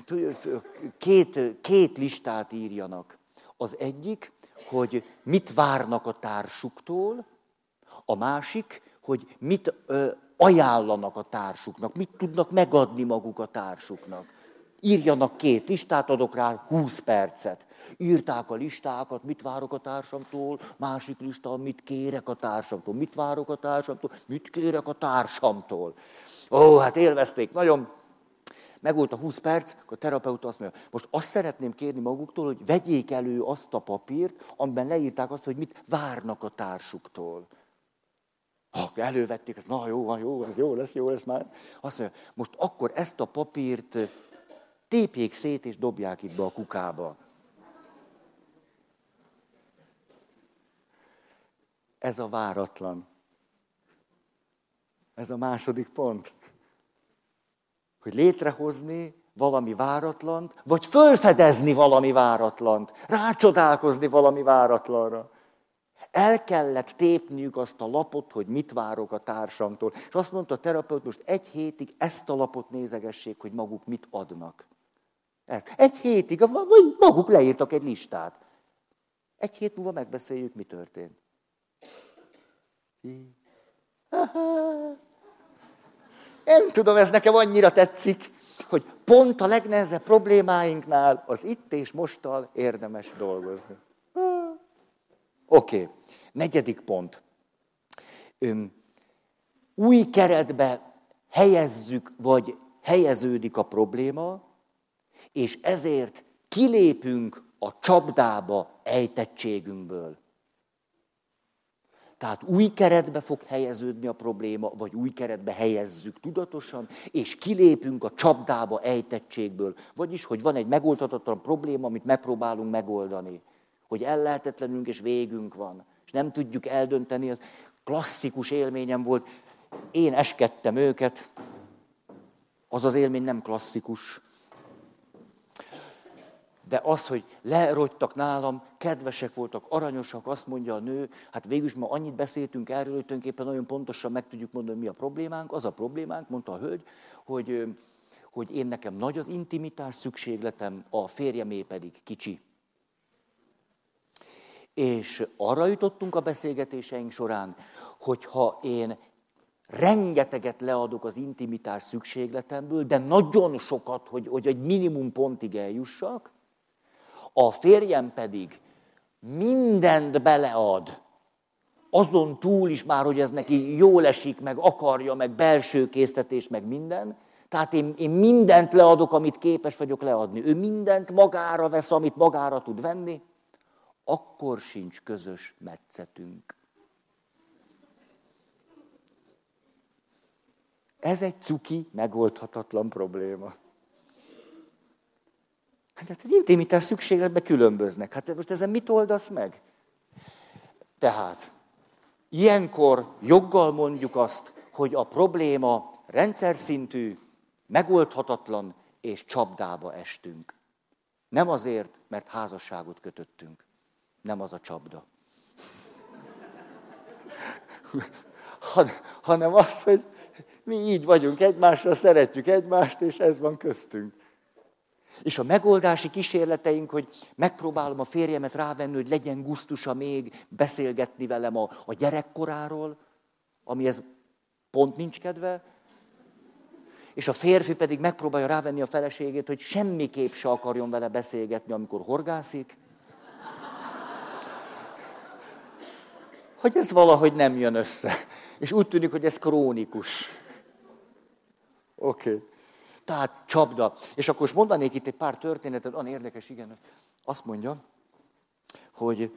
két listát írjanak. Az egyik, hogy mit várnak a társuktól, a másik, hogy mit ajánlanak a társuknak, mit tudnak megadni maguk a társuknak. Írjanak két listát, adok rá 20 percet. Írták a listákat, mit várok a társamtól, másik lista, mit kérek a társamtól, mit várok a társamtól, mit kérek a társamtól. Hát élvezték nagyon. Megvolt a 20 perc, akkor a terapeuta azt mondja, most azt szeretném kérni maguktól, hogy vegyék elő azt a papírt, amiben leírták azt, hogy mit várnak a társuktól. Elővették, na jó, ez jó lesz már. Azt mondja, most akkor ezt a papírt tépjék szét és dobják itt be a kukába. Ez a váratlan. Ez a második pont. Hogy létrehozni valami váratlant, vagy fölfedezni valami váratlant, rácsodálkozni valami váratlanra. El kellett tépniük azt a lapot, hogy mit várok a társamtól. És azt mondta a terapeut, most 1 hétig ezt a lapot nézegessék, hogy maguk mit adnak. 1 hétig, vagy maguk leírtak egy listát. 1 hét múlva megbeszéljük, mi történt. Nem tudom, ez nekem annyira tetszik, hogy pont a legnehezebb problémáinknál az itt és mosttal érdemes dolgozni. Oké. 4. pont. Új keretbe helyezzük, vagy helyeződik a probléma, és ezért kilépünk a csapdába ejtettségünkből. Tehát új keretbe fog helyeződni a probléma, vagy új keretbe helyezzük tudatosan, és kilépünk a csapdába ejtettségből. Vagyis, hogy van egy megoldhatatlan probléma, amit megpróbálunk megoldani. Hogy ellehetetlenünk és végünk van. És nem tudjuk eldönteni, az klasszikus élményem volt. Én eskedtem őket, az az élmény nem klasszikus. De az, hogy lerogytak nálam, kedvesek voltak, aranyosak, azt mondja a nő, hát végülis ma annyit beszéltünk erről, hogy tulajdonképpen nagyon pontosan meg tudjuk mondani, mi a problémánk. Az a problémánk, mondta a hölgy, hogy én nekem nagy az intimitás szükségletem, a férjemé pedig kicsi. És arra jutottunk a beszélgetéseink során, hogyha én rengeteget leadok az intimitás szükségletemből, de nagyon sokat, hogy egy minimum pontig eljussak, a férjem pedig mindent belead, azon túl is már, hogy ez neki jól esik, meg akarja, meg belső késztetés, meg minden. Tehát én mindent leadok, amit képes vagyok leadni. Ő mindent magára vesz, amit magára tud venni, akkor sincs közös metszetünk. Ez egy cuki, megoldhatatlan probléma. Hát az intimitás szükségletben különböznek. Hát most ezen mit oldasz meg? Tehát ilyenkor joggal mondjuk azt, hogy a probléma rendszer szintű, megoldhatatlan és csapdába estünk. Nem azért, mert házasságot kötöttünk. Nem az a csapda. Hanem az, hogy mi így vagyunk egymásra, szeretjük egymást, és ez van köztünk. És a megoldási kísérleteink, hogy megpróbálom a férjemet rávenni, hogy legyen gusztusa még beszélgetni velem a gyerekkoráról, amihez pont nincs kedve, és a férfi pedig megpróbálja rávenni a feleségét, hogy semmiképp se akarjon vele beszélgetni, amikor horgászik. Hogy ez valahogy nem jön össze. És úgy tűnik, hogy ez krónikus. Oké. Tehát csapda. És akkor most mondanék itt egy pár történetet, olyan érdekes, igen. Azt mondja, hogy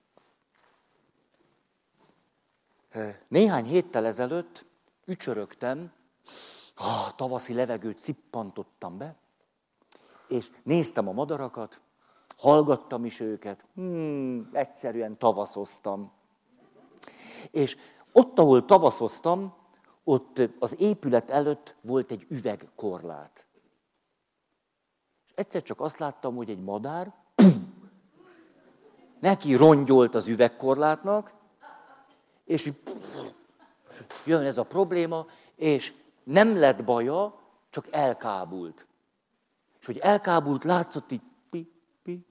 néhány héttel ezelőtt ücsörögtem, tavaszi levegőt szippantottam be, és néztem a madarakat, hallgattam is őket, egyszerűen tavaszoztam. És ott, ahol tavaszoztam, ott az épület előtt volt egy üvegkorlát. És egyszer csak azt láttam, hogy egy madár neki rongyolt az üvegkorlátnak, és jön ez a probléma, és nem lett baja, csak elkábult. És hogy elkábult, látszott így, pi.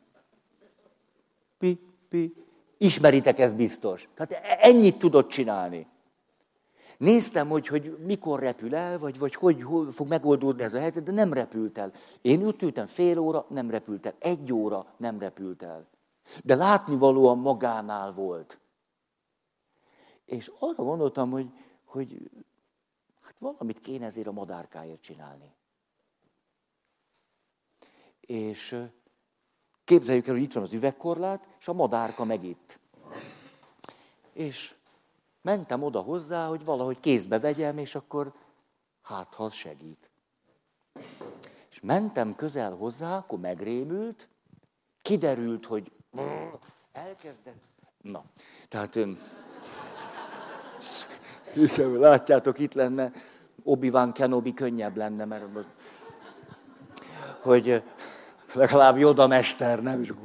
Ismeritek ezt biztos. Tehát ennyit tudott csinálni. Néztem, hogy mikor repül el, vagy hogy fog megoldódni ez a helyzet, de nem repült el. Én ott ültem fél óra, nem repült el. 1 óra, nem repült el. De látnivalóan magánál volt. És arra gondoltam, hogy hát valamit kéne ezért a madárkáért csinálni. És képzeljük el, hogy itt van az üvegkorlát, és a madárka meg itt. És mentem oda hozzá, hogy valahogy kézbe vegyem, és akkor hát, ha az segít. És mentem közel hozzá, akkor megrémült, kiderült, hogy elkezdett. Na, tehát látjátok, itt lenne Obi-Wan Kenobi, könnyebb lenne, mert hogy legalább Yoda mester, nem? És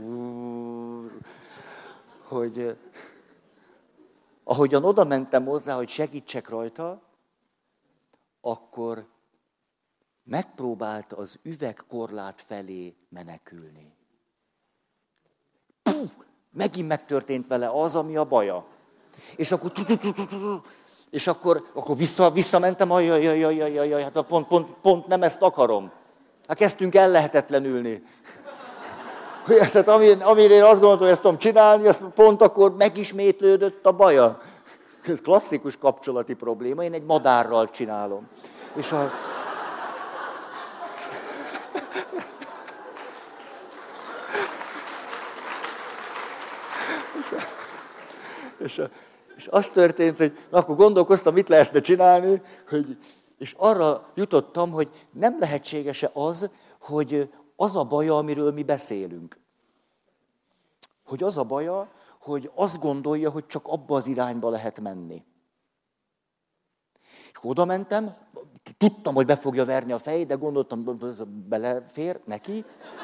hogy ahogyan oda mentem hozzá, hogy segítsek rajta, akkor megpróbált az üvegkorlát felé menekülni. Megint megtörtént vele az, ami a baja. És akkor és akkor visszamentem, hát pont nem ezt akarom. Hát kezdtünk ellehetetlenülni. Tehát amire én azt gondoltam, hogy ezt tudom csinálni, azt pont akkor megismétlődött a baja. Ez klasszikus kapcsolati probléma, én egy madárral csinálom. És az történt, hogy akkor gondolkoztam, mit lehetne csinálni, és arra jutottam, hogy nem lehetséges-e az, hogy az a baja, amiről mi beszélünk. Hogy az a baja, hogy azt gondolja, hogy csak abba az irányba lehet menni. És oda mentem, tudtam, hogy be fogja verni a fejét, de gondoltam, belefér neki.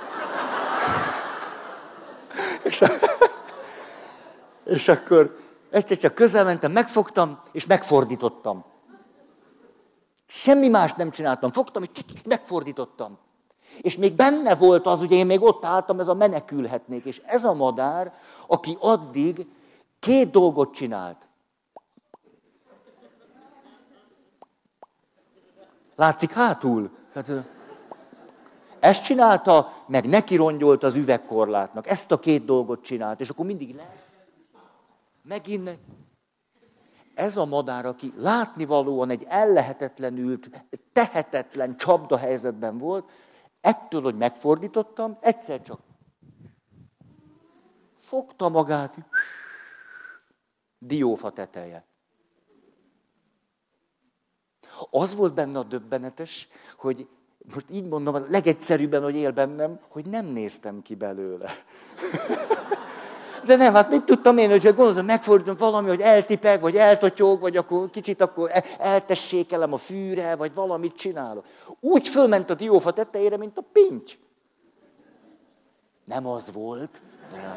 És akkor egyszer csak közel mentem, megfogtam, és megfordítottam. Semmi más nem csináltam. Fogtam, és megfordítottam. És még benne volt az, ugye én még ott álltam, ez a menekülhetnék. És ez a madár, aki addig 2 dolgot csinált. Látszik hátul? Ezt csinálta, meg neki rongyolt az üvegkorlátnak. Ezt a 2 dolgot csinált. És akkor mindig megint. Ez a madár, aki látnivalóan egy ellehetetlenült, tehetetlen csapdahelyzetben volt, ettől, hogy megfordítottam, egyszer csak fogta magát, diófa teteje. Az volt benne a döbbenetes, hogy most így mondom, a legegyszerűbben, hogy él bennem, hogy nem néztem ki belőle. De nem, hát mit tudtam én, hogyha gondoltam, megfordítom valami, hogy eltipeg, vagy eltotyog, vagy akkor kicsit akkor eltessékelem a fűre, vagy valamit csinálok. Úgy fölment a diófa tetejére, mint a pinty. Nem az volt. De...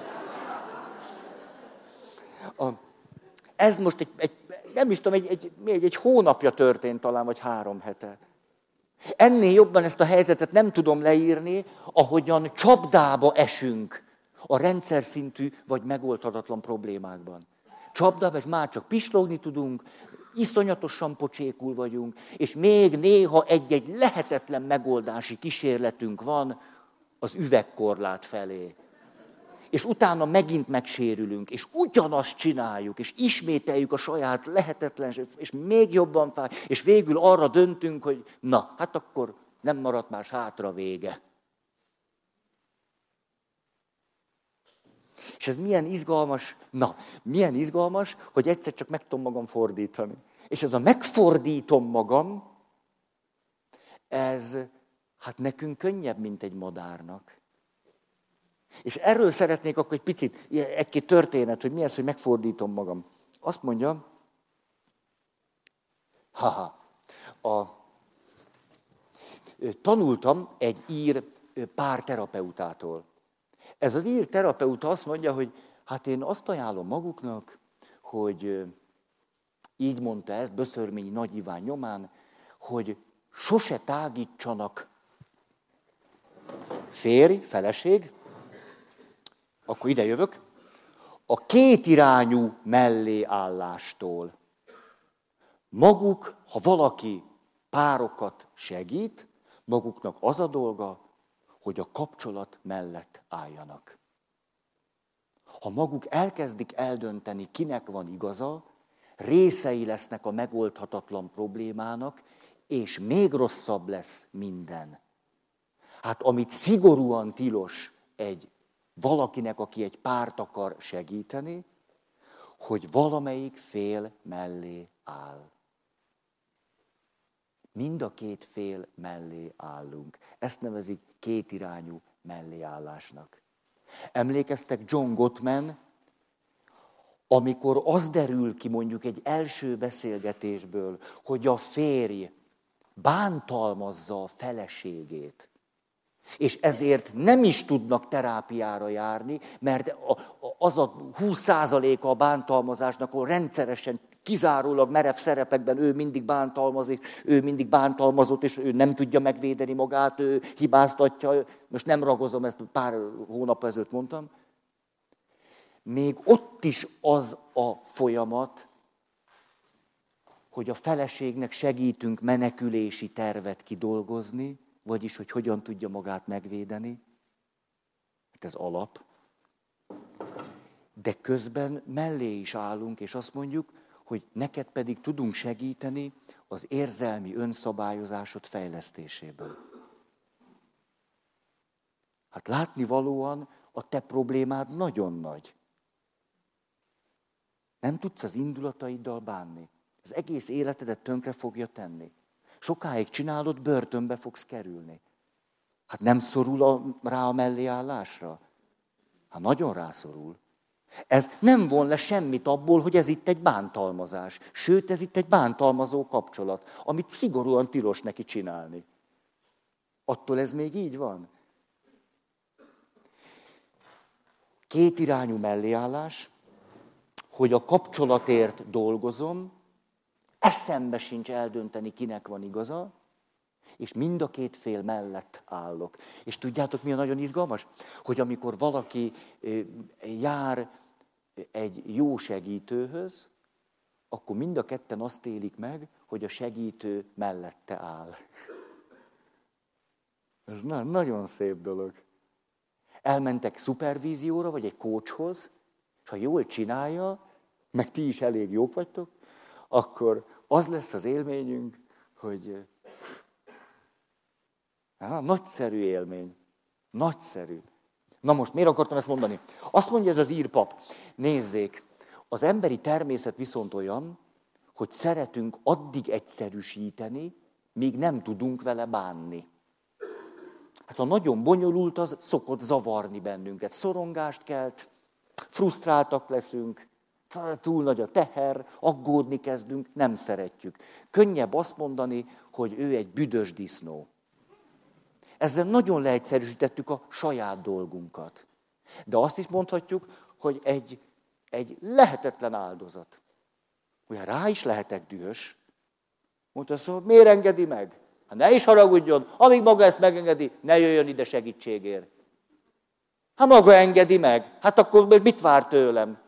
Ez most nem is tudom, egy hónapja történt talán, vagy 3 hete. Ennél jobban ezt a helyzetet nem tudom leírni, ahogyan csapdába esünk a rendszer szintű vagy megoldhatatlan problémákban. Csapdába, és már csak pislogni tudunk, iszonyatosan pocsékul vagyunk, és még néha egy lehetetlen megoldási kísérletünk van az üvegkorlát felé. És utána megint megsérülünk, és ugyanazt csináljuk, és ismételjük a saját lehetetlenség, és még jobban fáj, és végül arra döntünk, hogy na, hát akkor nem maradt más hátra, vége. És ez milyen izgalmas, hogy egyszer csak meg tudom magam fordítani. És ez a megfordítom magam, ez hát nekünk könnyebb, mint egy madárnak. És erről szeretnék akkor egy picit, 1-2 történet, hogy mi ez, hogy megfordítom magam. Azt mondja, tanultam egy ír párterapeutától. Ez az ír terapeuta azt mondja, hogy hát én azt ajánlom maguknak, hogy így mondta ezt Böszörményi Nagy Iván nyomán, hogy sose tágítsanak férj, feleség, akkor ide jövök, a kétirányú melléállástól. Maguk, ha valaki párokat segít, maguknak az a dolga, hogy a kapcsolat mellett álljanak. Ha maguk elkezdik eldönteni, kinek van igaza, részei lesznek a megoldhatatlan problémának, és még rosszabb lesz minden. Hát amit szigorúan tilos egy valakinek, aki egy párt akar segíteni, hogy valamelyik fél mellé áll. Mind a két fél mellé állunk. Ezt nevezik kétirányú melléállásnak. Emlékeztek John Gottman, amikor az derül ki mondjuk egy első beszélgetésből, hogy a férj bántalmazza a feleségét, és ezért nem is tudnak terápiára járni, mert az a 20%-a a bántalmazásnak, ahol rendszeresen, kizárólag merev szerepekben ő mindig bántalmaz, és ő mindig bántalmazott, és ő nem tudja megvédeni magát, ő hibáztatja, most nem ragozom, ezt pár hónap ezelőtt mondtam. Még ott is az a folyamat, hogy a feleségnek segítünk menekülési tervet kidolgozni, vagyis, hogy hogyan tudja magát megvédeni. Hát ez alap. De közben mellé is állunk, és azt mondjuk, hogy neked pedig tudunk segíteni az érzelmi önszabályozásod fejlesztéséből. Hát látnivalóan a te problémád nagyon nagy. Nem tudsz az indulataiddal bánni. Az egész életedet tönkre fogja tenni. Sokáig csinálod, börtönbe fogsz kerülni. Hát nem szorul rá a melléállásra? Hát nagyon rászorul. Ez nem von le semmit abból, hogy ez itt egy bántalmazás. Sőt, ez itt egy bántalmazó kapcsolat, amit szigorúan tilos neki csinálni. Attól ez még így van. Kétirányú melléállás, hogy a kapcsolatért dolgozom, eszembe sincs eldönteni, kinek van igaza, és mind a két fél mellett állok. És tudjátok, mi a nagyon izgalmas? Hogy amikor valaki jár egy jó segítőhöz, akkor mind a ketten azt élik meg, hogy a segítő mellette áll. Ez nagyon szép dolog. Elmentek szupervízióra, vagy egy coachhoz, és ha jól csinálja, meg ti is elég jók vagytok, akkor az lesz az élményünk, hogy nagyszerű élmény. Nagyszerű. Na most, miért akartam ezt mondani? Azt mondja ez az írpap, nézzék, az emberi természet viszont olyan, hogy szeretünk addig egyszerűsíteni, míg nem tudunk vele bánni. Hát ha nagyon bonyolult, az szokott zavarni bennünket. Szorongást kelt, frusztráltak leszünk, túl nagy a teher, aggódni kezdünk, nem szeretjük. Könnyebb azt mondani, hogy ő egy büdös disznó. Ezzel nagyon leegyszerűsítettük a saját dolgunkat. De azt is mondhatjuk, hogy egy lehetetlen áldozat. Ugye rá is lehetek dühös. Mondta azt, hogy miért engedi meg? Hát ne is haragudjon, amíg maga ezt megengedi, ne jöjjön ide segítségért. Hát maga engedi meg, hát akkor mit vár tőlem?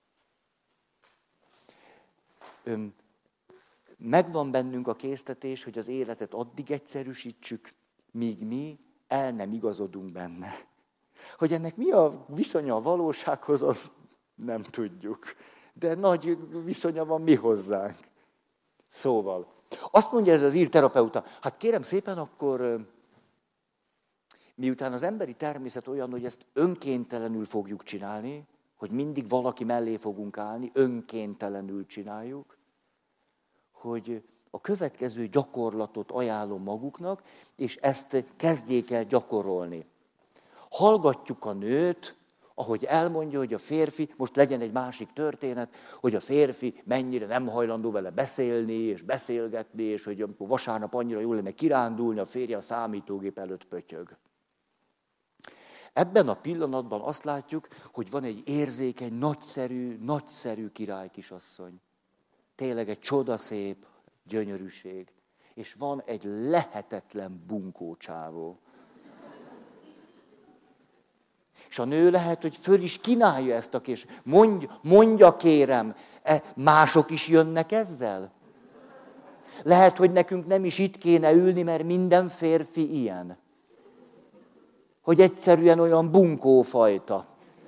Megvan bennünk a késztetés, hogy az életet addig egyszerűsítsük, míg mi el nem igazodunk benne. Hogy ennek mi a viszonya a valósághoz, az nem tudjuk. De nagy viszonya van mi hozzánk. Szóval, azt mondja ez az írterapeuta, hát kérem szépen, akkor miután az emberi természet olyan, hogy ezt önkéntelenül fogjuk csinálni, hogy mindig valaki mellé fogunk állni, önkéntelenül csináljuk, hogy a következő gyakorlatot ajánlom maguknak, és ezt kezdjék el gyakorolni. Hallgatjuk a nőt, ahogy elmondja, hogy a férfi, most legyen egy másik történet, hogy a férfi mennyire nem hajlandó vele beszélni, és beszélgetni, és hogy amikor vasárnap annyira jól lenne kirándulni, a férje a számítógép előtt pötyög. Ebben a pillanatban azt látjuk, hogy van egy érzékeny, nagyszerű király kisasszony. Tényleg egy csodaszép gyönyörűség. És van egy lehetetlen bunkócsávó. És a nő lehet, hogy föl is kínálja ezt a kés. Mondja kérem, mások is jönnek ezzel? Lehet, hogy nekünk nem is itt kéne ülni, mert minden férfi ilyen. Hogy egyszerűen olyan bunkófajta.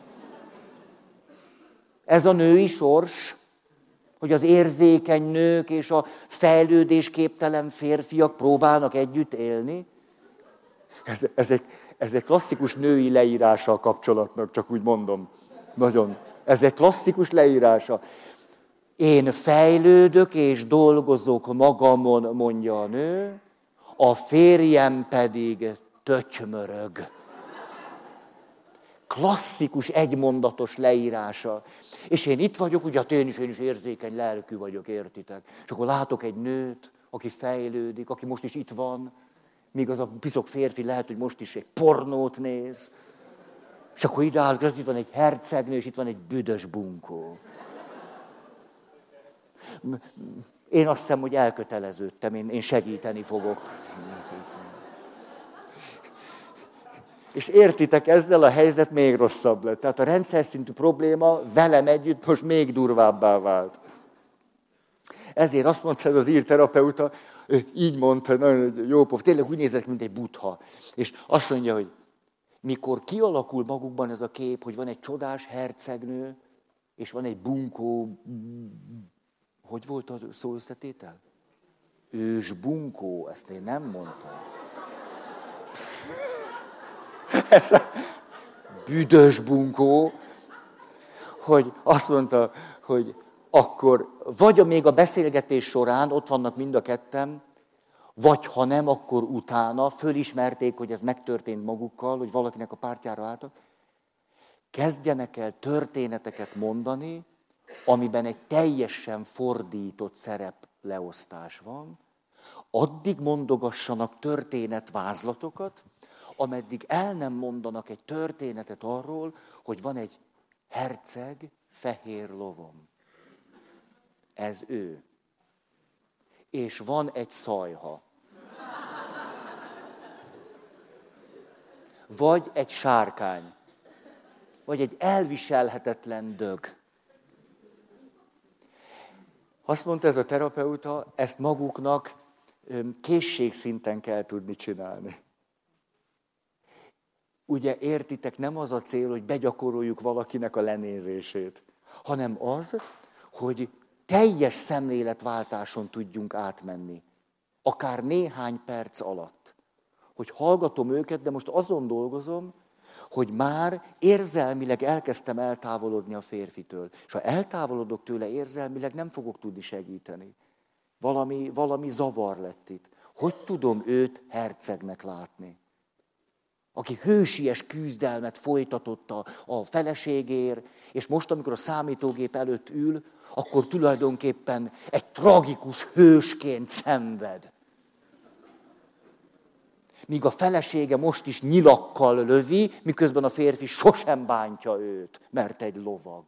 Ez a női sors, hogy az érzékeny nők és a fejlődésképtelen férfiak próbálnak együtt élni. Ez egy klasszikus női leírása a kapcsolatnak, csak úgy mondom. Nagyon. Ez egy klasszikus leírása. Én fejlődök és dolgozok magamon, mondja a nő, a férjem pedig tötymörög. Klasszikus egymondatos leírása. És én itt vagyok, ugye én is érzékeny lelkű vagyok, értitek? És akkor látok egy nőt, aki fejlődik, aki most is itt van, míg az a piszok férfi lehet, hogy most is egy pornót néz. És akkor ide áll, itt van egy hercegnő, és itt van egy büdös bunkó. Én azt hiszem, hogy elköteleződtem, én segíteni fogok. És értitek, ezzel a helyzet még rosszabb lett. Tehát a rendszer szintű probléma velem együtt most még durvábbá vált. Ezért azt mondta ez az írterapeuta, így mondta, nagyon jó pof, tényleg úgy nézett, mint egy buddha. És azt mondja, hogy mikor kialakul magukban ez a kép, hogy van egy csodás hercegnő, és van egy bunkó, hogy volt a szó összetétel? Ős bunkó, ezt én nem mondtam. Ez a büdös bunkó, hogy azt mondta, hogy akkor vagy még a beszélgetés során, ott vannak mind a ketten, vagy ha nem, akkor utána fölismerték, hogy ez megtörtént magukkal, hogy valakinek a pártjára álltak, kezdjenek el történeteket mondani, amiben egy teljesen fordított szerepleosztás van, addig mondogassanak történetvázlatokat, ameddig el nem mondanak egy történetet arról, hogy van egy herceg fehér lovon. Ez ő. És van egy szajha. Vagy egy sárkány. Vagy egy elviselhetetlen dög. Azt mondta ez a terapeuta, ezt maguknak készségszinten kell tudni csinálni. Ugye értitek, nem az a cél, hogy begyakoroljuk valakinek a lenézését, hanem az, hogy teljes szemléletváltáson tudjunk átmenni. Akár néhány perc alatt. Hogy hallgatom őket, de most azon dolgozom, hogy már érzelmileg elkezdtem eltávolodni a férfitől. És ha eltávolodok tőle érzelmileg, nem fogok tudni segíteni. Valami zavar lett itt. Hogy tudom őt hercegnek látni? Aki hősies küzdelmet folytatott a feleségért, és most, amikor a számítógép előtt ül, akkor tulajdonképpen egy tragikus hősként szenved. Míg a felesége most is nyilakkal lövi, miközben a férfi sosem bántja őt, mert egy lovag.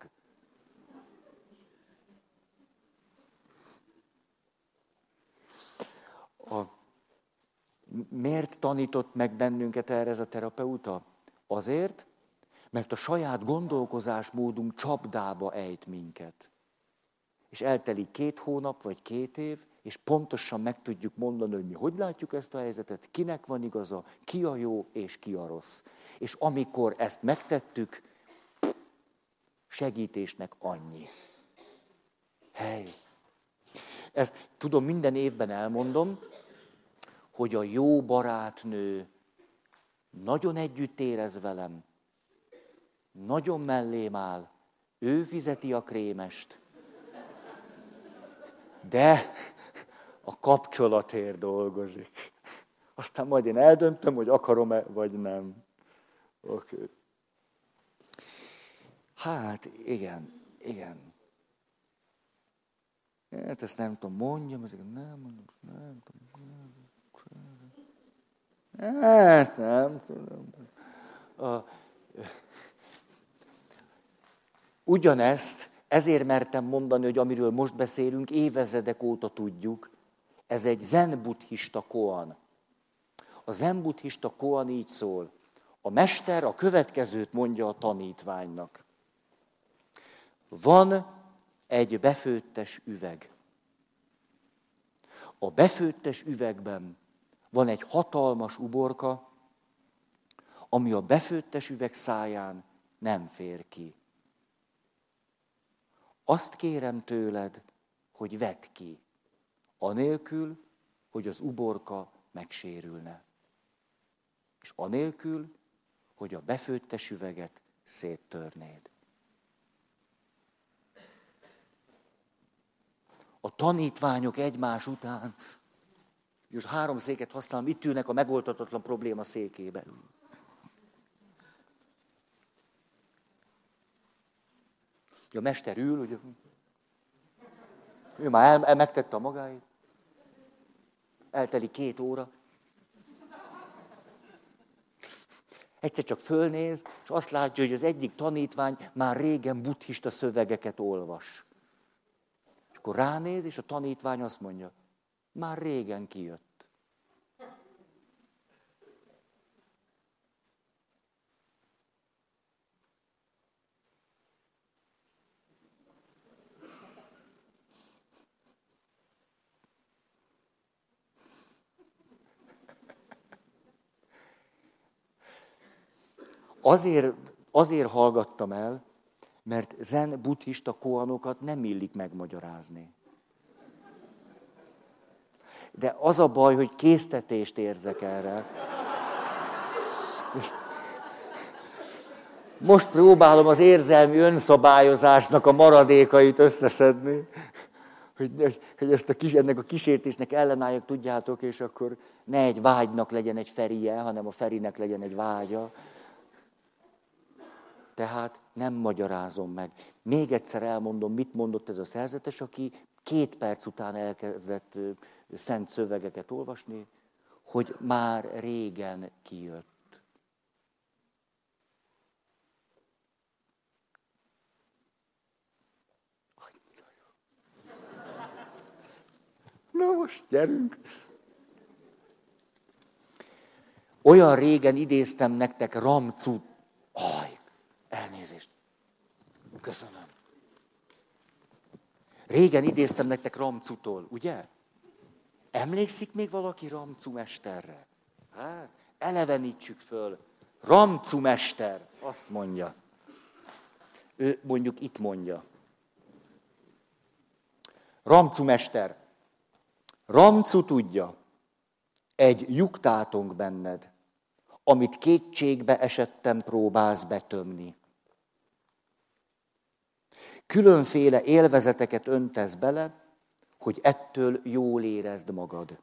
Miért tanított meg bennünket erre ez a terapeuta? Azért, mert a saját gondolkozásmódunk csapdába ejt minket. És eltelik 2 hónap vagy 2 év, és pontosan meg tudjuk mondani, hogy mi hogy látjuk ezt a helyzetet, kinek van igaza, ki a jó és ki a rossz. És amikor ezt megtettük, segítésnek annyi. Hely! Ezt tudom, minden évben elmondom, hogy a jó barátnő nagyon együtt érez velem, nagyon mellém áll, ő fizeti a krémest, de a kapcsolatért dolgozik. Aztán majd én eldöntöm, hogy akarom-e, vagy nem. Okay. Hát, igen. Hát ezt nem tudom, mondjam, ezeket nem mondom, nem tudom. Hát, nem tudom. Ugyanezt ezért mertem mondani, hogy amiről most beszélünk, évezredek óta tudjuk, ez egy zen-buddhista koan. A zen-buddhista koan így szól. A mester a következőt mondja a tanítványnak. Van egy befőttes üveg. A befőttes üvegben van egy hatalmas uborka, ami a befőttes üveg száján nem fér ki. Azt kérem tőled, hogy vedd ki, anélkül, hogy az uborka megsérülne. És anélkül, hogy a befőttes üveget széttörnéd. A tanítványok egymás után, és 3 széket használom, itt ülnek a megoldhatatlan probléma székébe. A mester ül, ugye, ő már megtette a magáit, eltelik 2 óra. Egyszer csak fölnéz, és azt látja, hogy az egyik tanítvány már régen buddhista szövegeket olvas. És akkor ránéz, és a tanítvány azt mondja, már régen kijött. Azért hallgattam el, mert zen buddhista koanokat nem illik megmagyarázni. De az a baj, hogy késztetést érzek erre. És most próbálom az érzelmi önszabályozásnak a maradékait összeszedni, hogy ennek a kísértésnek ellenálljak, tudjátok, és akkor ne egy vágynak legyen egy Ferije, hanem a Ferinek legyen egy vágya. Tehát nem magyarázom meg. Még egyszer elmondom, mit mondott ez a szerzetes, aki 2 perc után elkezdett szent szövegeket olvasni, hogy már régen kijött. Annyira jó. Na most gyerünk! Olyan régen idéztem nektek Ramcut. Elnézést. Köszönöm. Régen idéztem nektek Ramcutól, ugye? Emlékszik még valaki Ramcu mesterre? Hát, elevenítsük föl. Ramcu mester, azt mondja. Ő mondjuk itt mondja. Ramcu mester. Ramcu tudja, egy lyuktátong benned, amit kétségbe esetten próbálsz betömni. Különféle élvezeteket öntesz bele, hogy ettől jól érezd magad.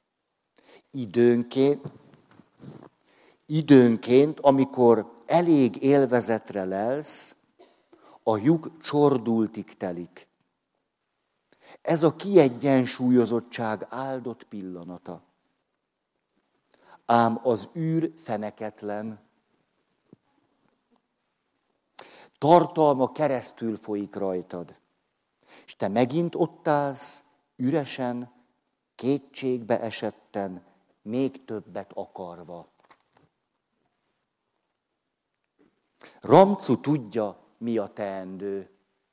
Időnként, amikor elég élvezetre lelsz, a lyuk csordultig telik. Ez a kiegyensúlyozottság áldott pillanata. Ám az űr feneketlen. Tartalma keresztül folyik rajtad. És te megint ott állsz, üresen, kétségbe esetten, még többet akarva. Ramcu tudja, mi a teendő.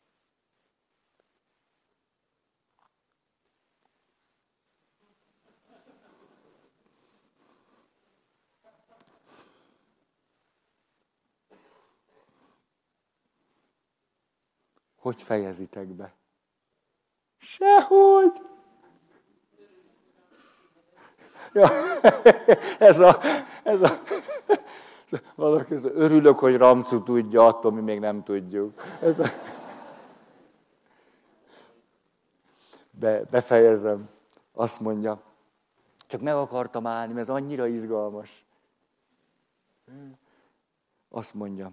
Hogy fejezitek be? Sehogy! Ja, valaki örülök, hogy Ramcu tudja, attól mi még nem tudjuk. Befejezem. Azt mondja, csak meg akartam állni, mert ez annyira izgalmas. Azt mondja,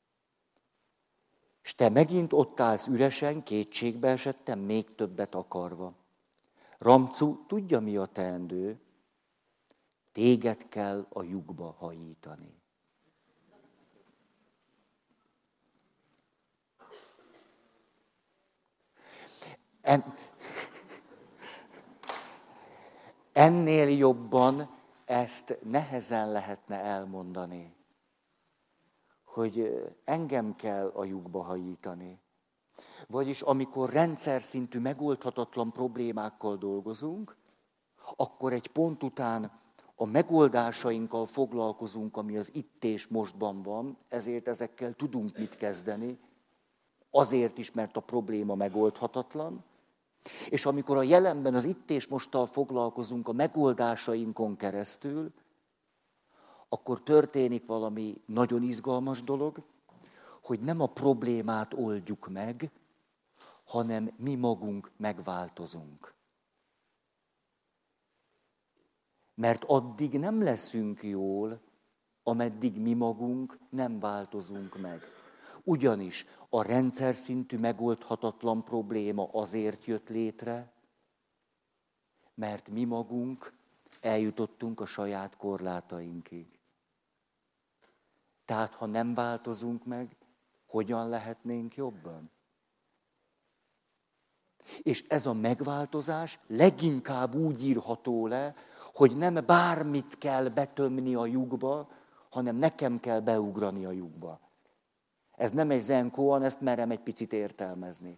és te megint ott állsz üresen, kétségbe esettem, még többet akarva. Ramcu tudja, mi a teendő, téged kell a lyukba hajítani. Ennél jobban ezt nehezen lehetne elmondani, hogy engem kell a lyukba hajítani. Vagyis amikor rendszer szintű megoldhatatlan problémákkal dolgozunk, akkor egy pont után a megoldásainkkal foglalkozunk, ami az itt és mostban van, ezért ezekkel tudunk mit kezdeni, azért is, mert a probléma megoldhatatlan, és amikor a jelenben az itt és mosttal foglalkozunk a megoldásainkon keresztül, akkor történik valami nagyon izgalmas dolog, hogy nem a problémát oldjuk meg, hanem mi magunk megváltozunk. Mert addig nem leszünk jól, ameddig mi magunk nem változunk meg. Ugyanis a rendszer szintű megoldhatatlan probléma azért jött létre, mert mi magunk eljutottunk a saját korlátainkig. Tehát ha nem változunk meg, hogyan lehetnénk jobban? És ez a megváltozás leginkább úgy írható le, hogy nem bármit kell betömni a lyukba, hanem nekem kell beugrani a lyukba. Ez nem egy zenkóan, ezt merem egy picit értelmezni.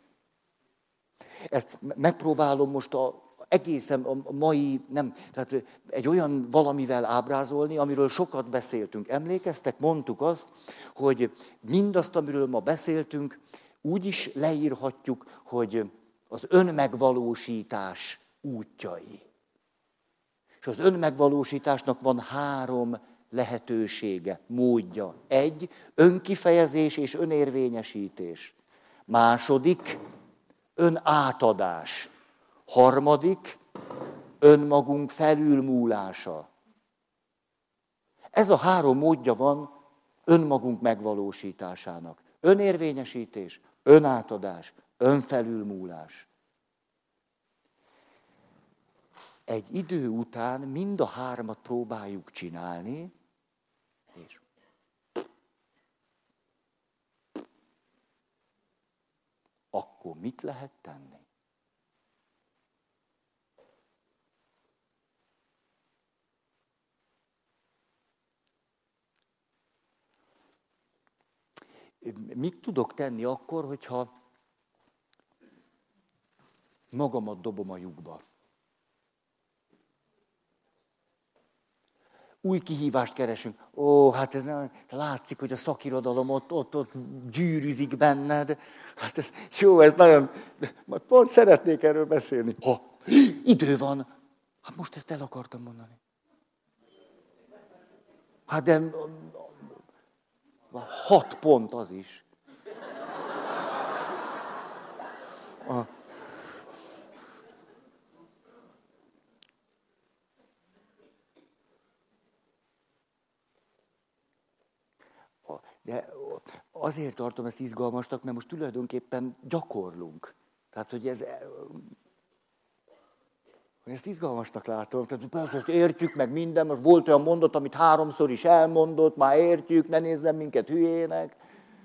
Ezt megpróbálom most egészen a mai, tehát egy olyan valamivel ábrázolni, amiről sokat beszéltünk. Emlékeztek, mondtuk azt, hogy mindazt, amiről ma beszéltünk, úgy is leírhatjuk, hogy az önmegvalósítás útjai. És az önmegvalósításnak van 3 lehetősége, módja. 1, önkifejezés és önérvényesítés. 2, önátadás. 3, önmagunk felülmúlása. Ez a 3 módja van önmagunk megvalósításának. Önérvényesítés, önátadás, önfelülmúlás. Egy idő után mind a 3-at próbáljuk csinálni, és akkor mit lehet tenni? Mit tudok tenni akkor, hogyha magamat dobom a lyukba? Új kihívást keresünk. Hát ez nem, látszik, hogy a szakirodalom ott gyűrűzik benned. Hát ez jó, ez nagyon... Majd pont szeretnék erről beszélni. Idő van. Hát most ezt el akartam mondani. Hát de 6 pont az is. De azért tartom ezt izgalmasnak, mert most tulajdonképpen gyakorlunk. Tehát, hogy ezt izgalmasnak látom. Tehát persze, ezt értjük meg minden, most volt olyan mondat, amit 3-szor is elmondott, már értjük, ne nézzen minket hülyének.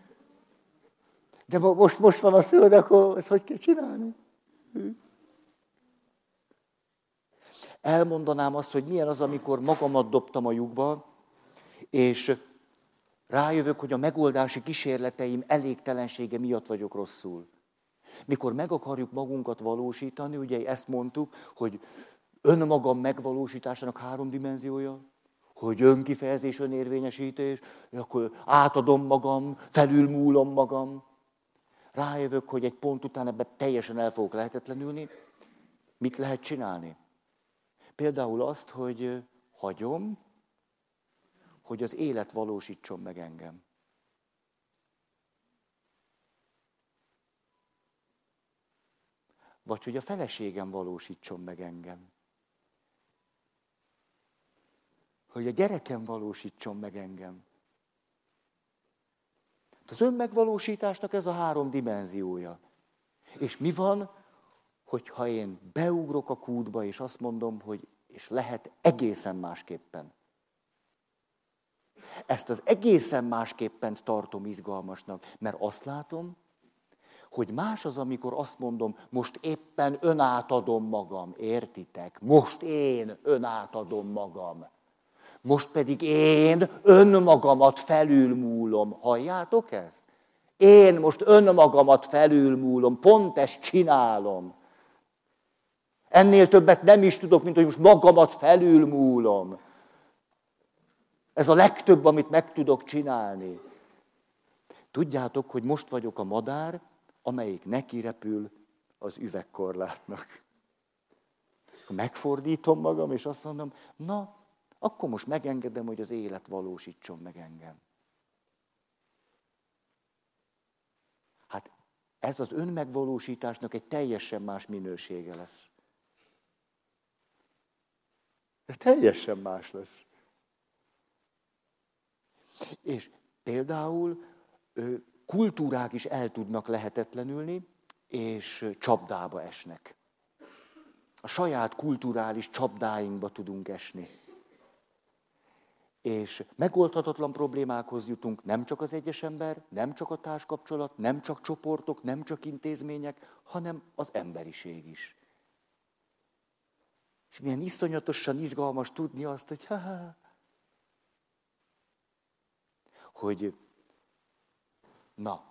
De most van a szó, de akkor ezt hogy kell csinálni? Elmondanám azt, hogy milyen az, amikor magamat dobtam a lyukba, és rájövök, hogy a megoldási kísérleteim elégtelensége miatt vagyok rosszul. Mikor meg akarjuk magunkat valósítani, ugye ezt mondtuk, hogy önmagam megvalósításának 3 dimenziója, hogy önkifejezés, önérvényesítés, akkor átadom magam, felülmúlom magam. Rájövök, hogy egy pont után ebben teljesen el fogok lehetetlenülni. Mit lehet csinálni? Például azt, hogy hagyom, hogy az élet valósítson meg engem. Vagy hogy a feleségem valósítson meg engem. Hogy a gyerekem valósítson meg engem. Az önmegvalósításnak ez a 3 dimenziója. És mi van, hogyha én beugrok a kútba, és azt mondom, hogy és lehet egészen másképpen. Ezt az egészen másképpen tartom izgalmasnak, mert azt látom, hogy más az, amikor azt mondom, most éppen önátadom magam, értitek? Most én önátadom magam. Most pedig én önmagamat felülmúlom. Halljátok ezt? Én most önmagamat felülmúlom, pont ezt csinálom. Ennél többet nem is tudok, mint hogy most magamat felülmúlom. Ez a legtöbb, amit meg tudok csinálni. Tudjátok, hogy most vagyok a madár, amelyik nekirepül az üvegkorlátnak. Megfordítom magam, és azt mondom, na, akkor most megengedem, hogy az élet valósítson meg engem. Hát ez az önmegvalósításnak egy teljesen más minősége lesz. De teljesen más lesz. És például kultúrák is el tudnak lehetetlenülni, és csapdába esnek. A saját kulturális csapdáinkba tudunk esni. És megoldhatatlan problémákhoz jutunk, nem csak az egyes ember, nem csak a társkapcsolat, nem csak csoportok, nem csak intézmények, hanem az emberiség is. És milyen iszonyatosan izgalmas tudni azt, hogy na.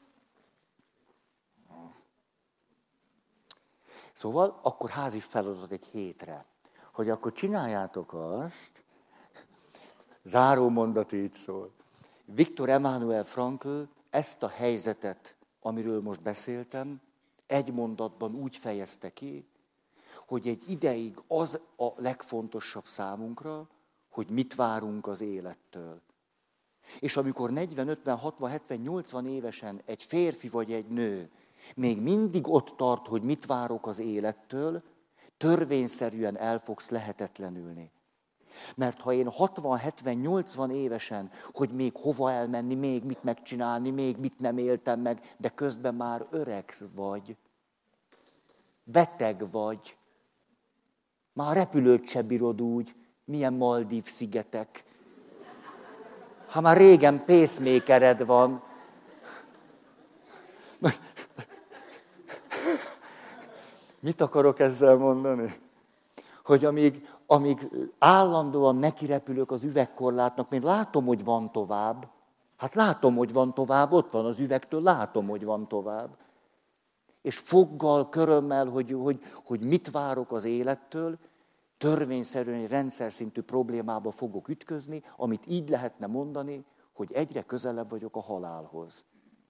Szóval akkor házi feladat egy hétre, hogy akkor csináljátok azt, záró mondat így szól. Viktor Emanuel Frankl ezt a helyzetet, amiről most beszéltem, egy mondatban úgy fejezte ki, hogy egy ideig az a legfontosabb számunkra, hogy mit várunk az élettől. És amikor 40, 50, 60, 70, 80 évesen egy férfi vagy egy nő még mindig ott tart, hogy mit várok az élettől, törvényszerűen el fogsz lehetetlenülni. Mert ha én 60, 70, 80 évesen, hogy még hova elmenni, még mit megcsinálni, még mit nem éltem meg, de közben már öreg vagy, beteg vagy, már repülőt se bírod úgy, milyen Maldív-szigetek. Ha már régen pacemakered van. Mit akarok ezzel mondani? Hogy amíg állandóan nekirepülök az üvegkorlátnak, még látom, hogy van tovább. Hát látom, hogy van tovább, ott van az üvegtől, látom, hogy van tovább. És foggal, körömmel, hogy mit várok az élettől, törvényszerűen egy rendszer szintű problémába fogok ütközni, amit így lehetne mondani, hogy egyre közelebb vagyok a halálhoz.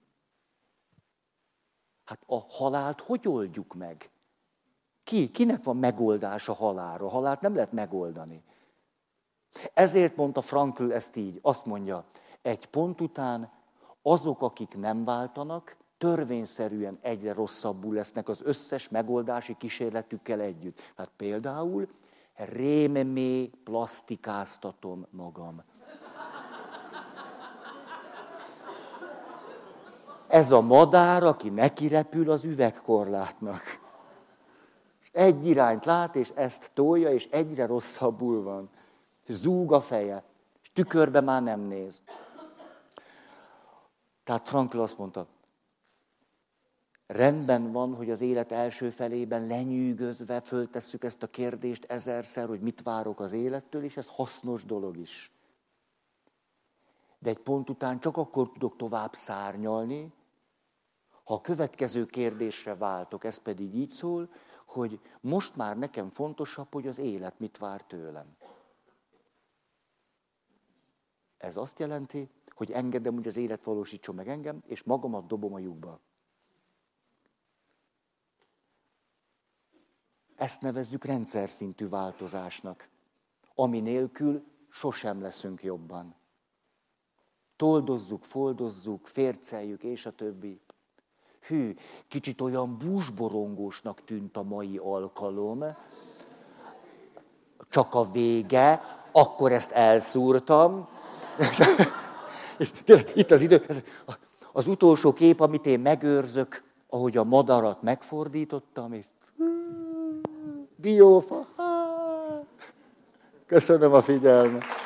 Hát a halált hogy oldjuk meg? Kinek van megoldás a halálra? A halált nem lehet megoldani. Ezért mondta Frankl ezt így, azt mondja, egy pont után azok, akik nem váltanak, törvényszerűen egyre rosszabbul lesznek az összes megoldási kísérletükkel együtt. Hát például rémemé plasztikáztatom magam. Ez a madár, aki nekirepül az üvegkorlátnak. Egy irányt lát, és ezt tolja, és egyre rosszabbul van. Zúg a feje, és tükörbe már nem néz. Tehát Frankl azt mondta, rendben van, hogy az élet első felében lenyűgözve föltesszük ezt a kérdést ezerszer, hogy mit várok az élettől, és ez hasznos dolog is. De egy pont után csak akkor tudok tovább szárnyalni, ha a következő kérdésre váltok, ez pedig így szól, hogy most már nekem fontosabb, hogy az élet mit vár tőlem. Ez azt jelenti, hogy engedem, hogy az élet valósítson meg engem, és magamat dobom a lyukba. Ezt nevezzük rendszer szintű változásnak, ami nélkül sosem leszünk jobban. Toldozzuk, foldozzuk, férceljük, és a többi. Hű, kicsit olyan búsborongósnak tűnt a mai alkalom. Csak a vége, akkor ezt elszúrtam. Itt az idő, az utolsó kép, amit én megőrzök, ahogy a madarat megfordítottam, és diófa. Köszönöm a figyelmet.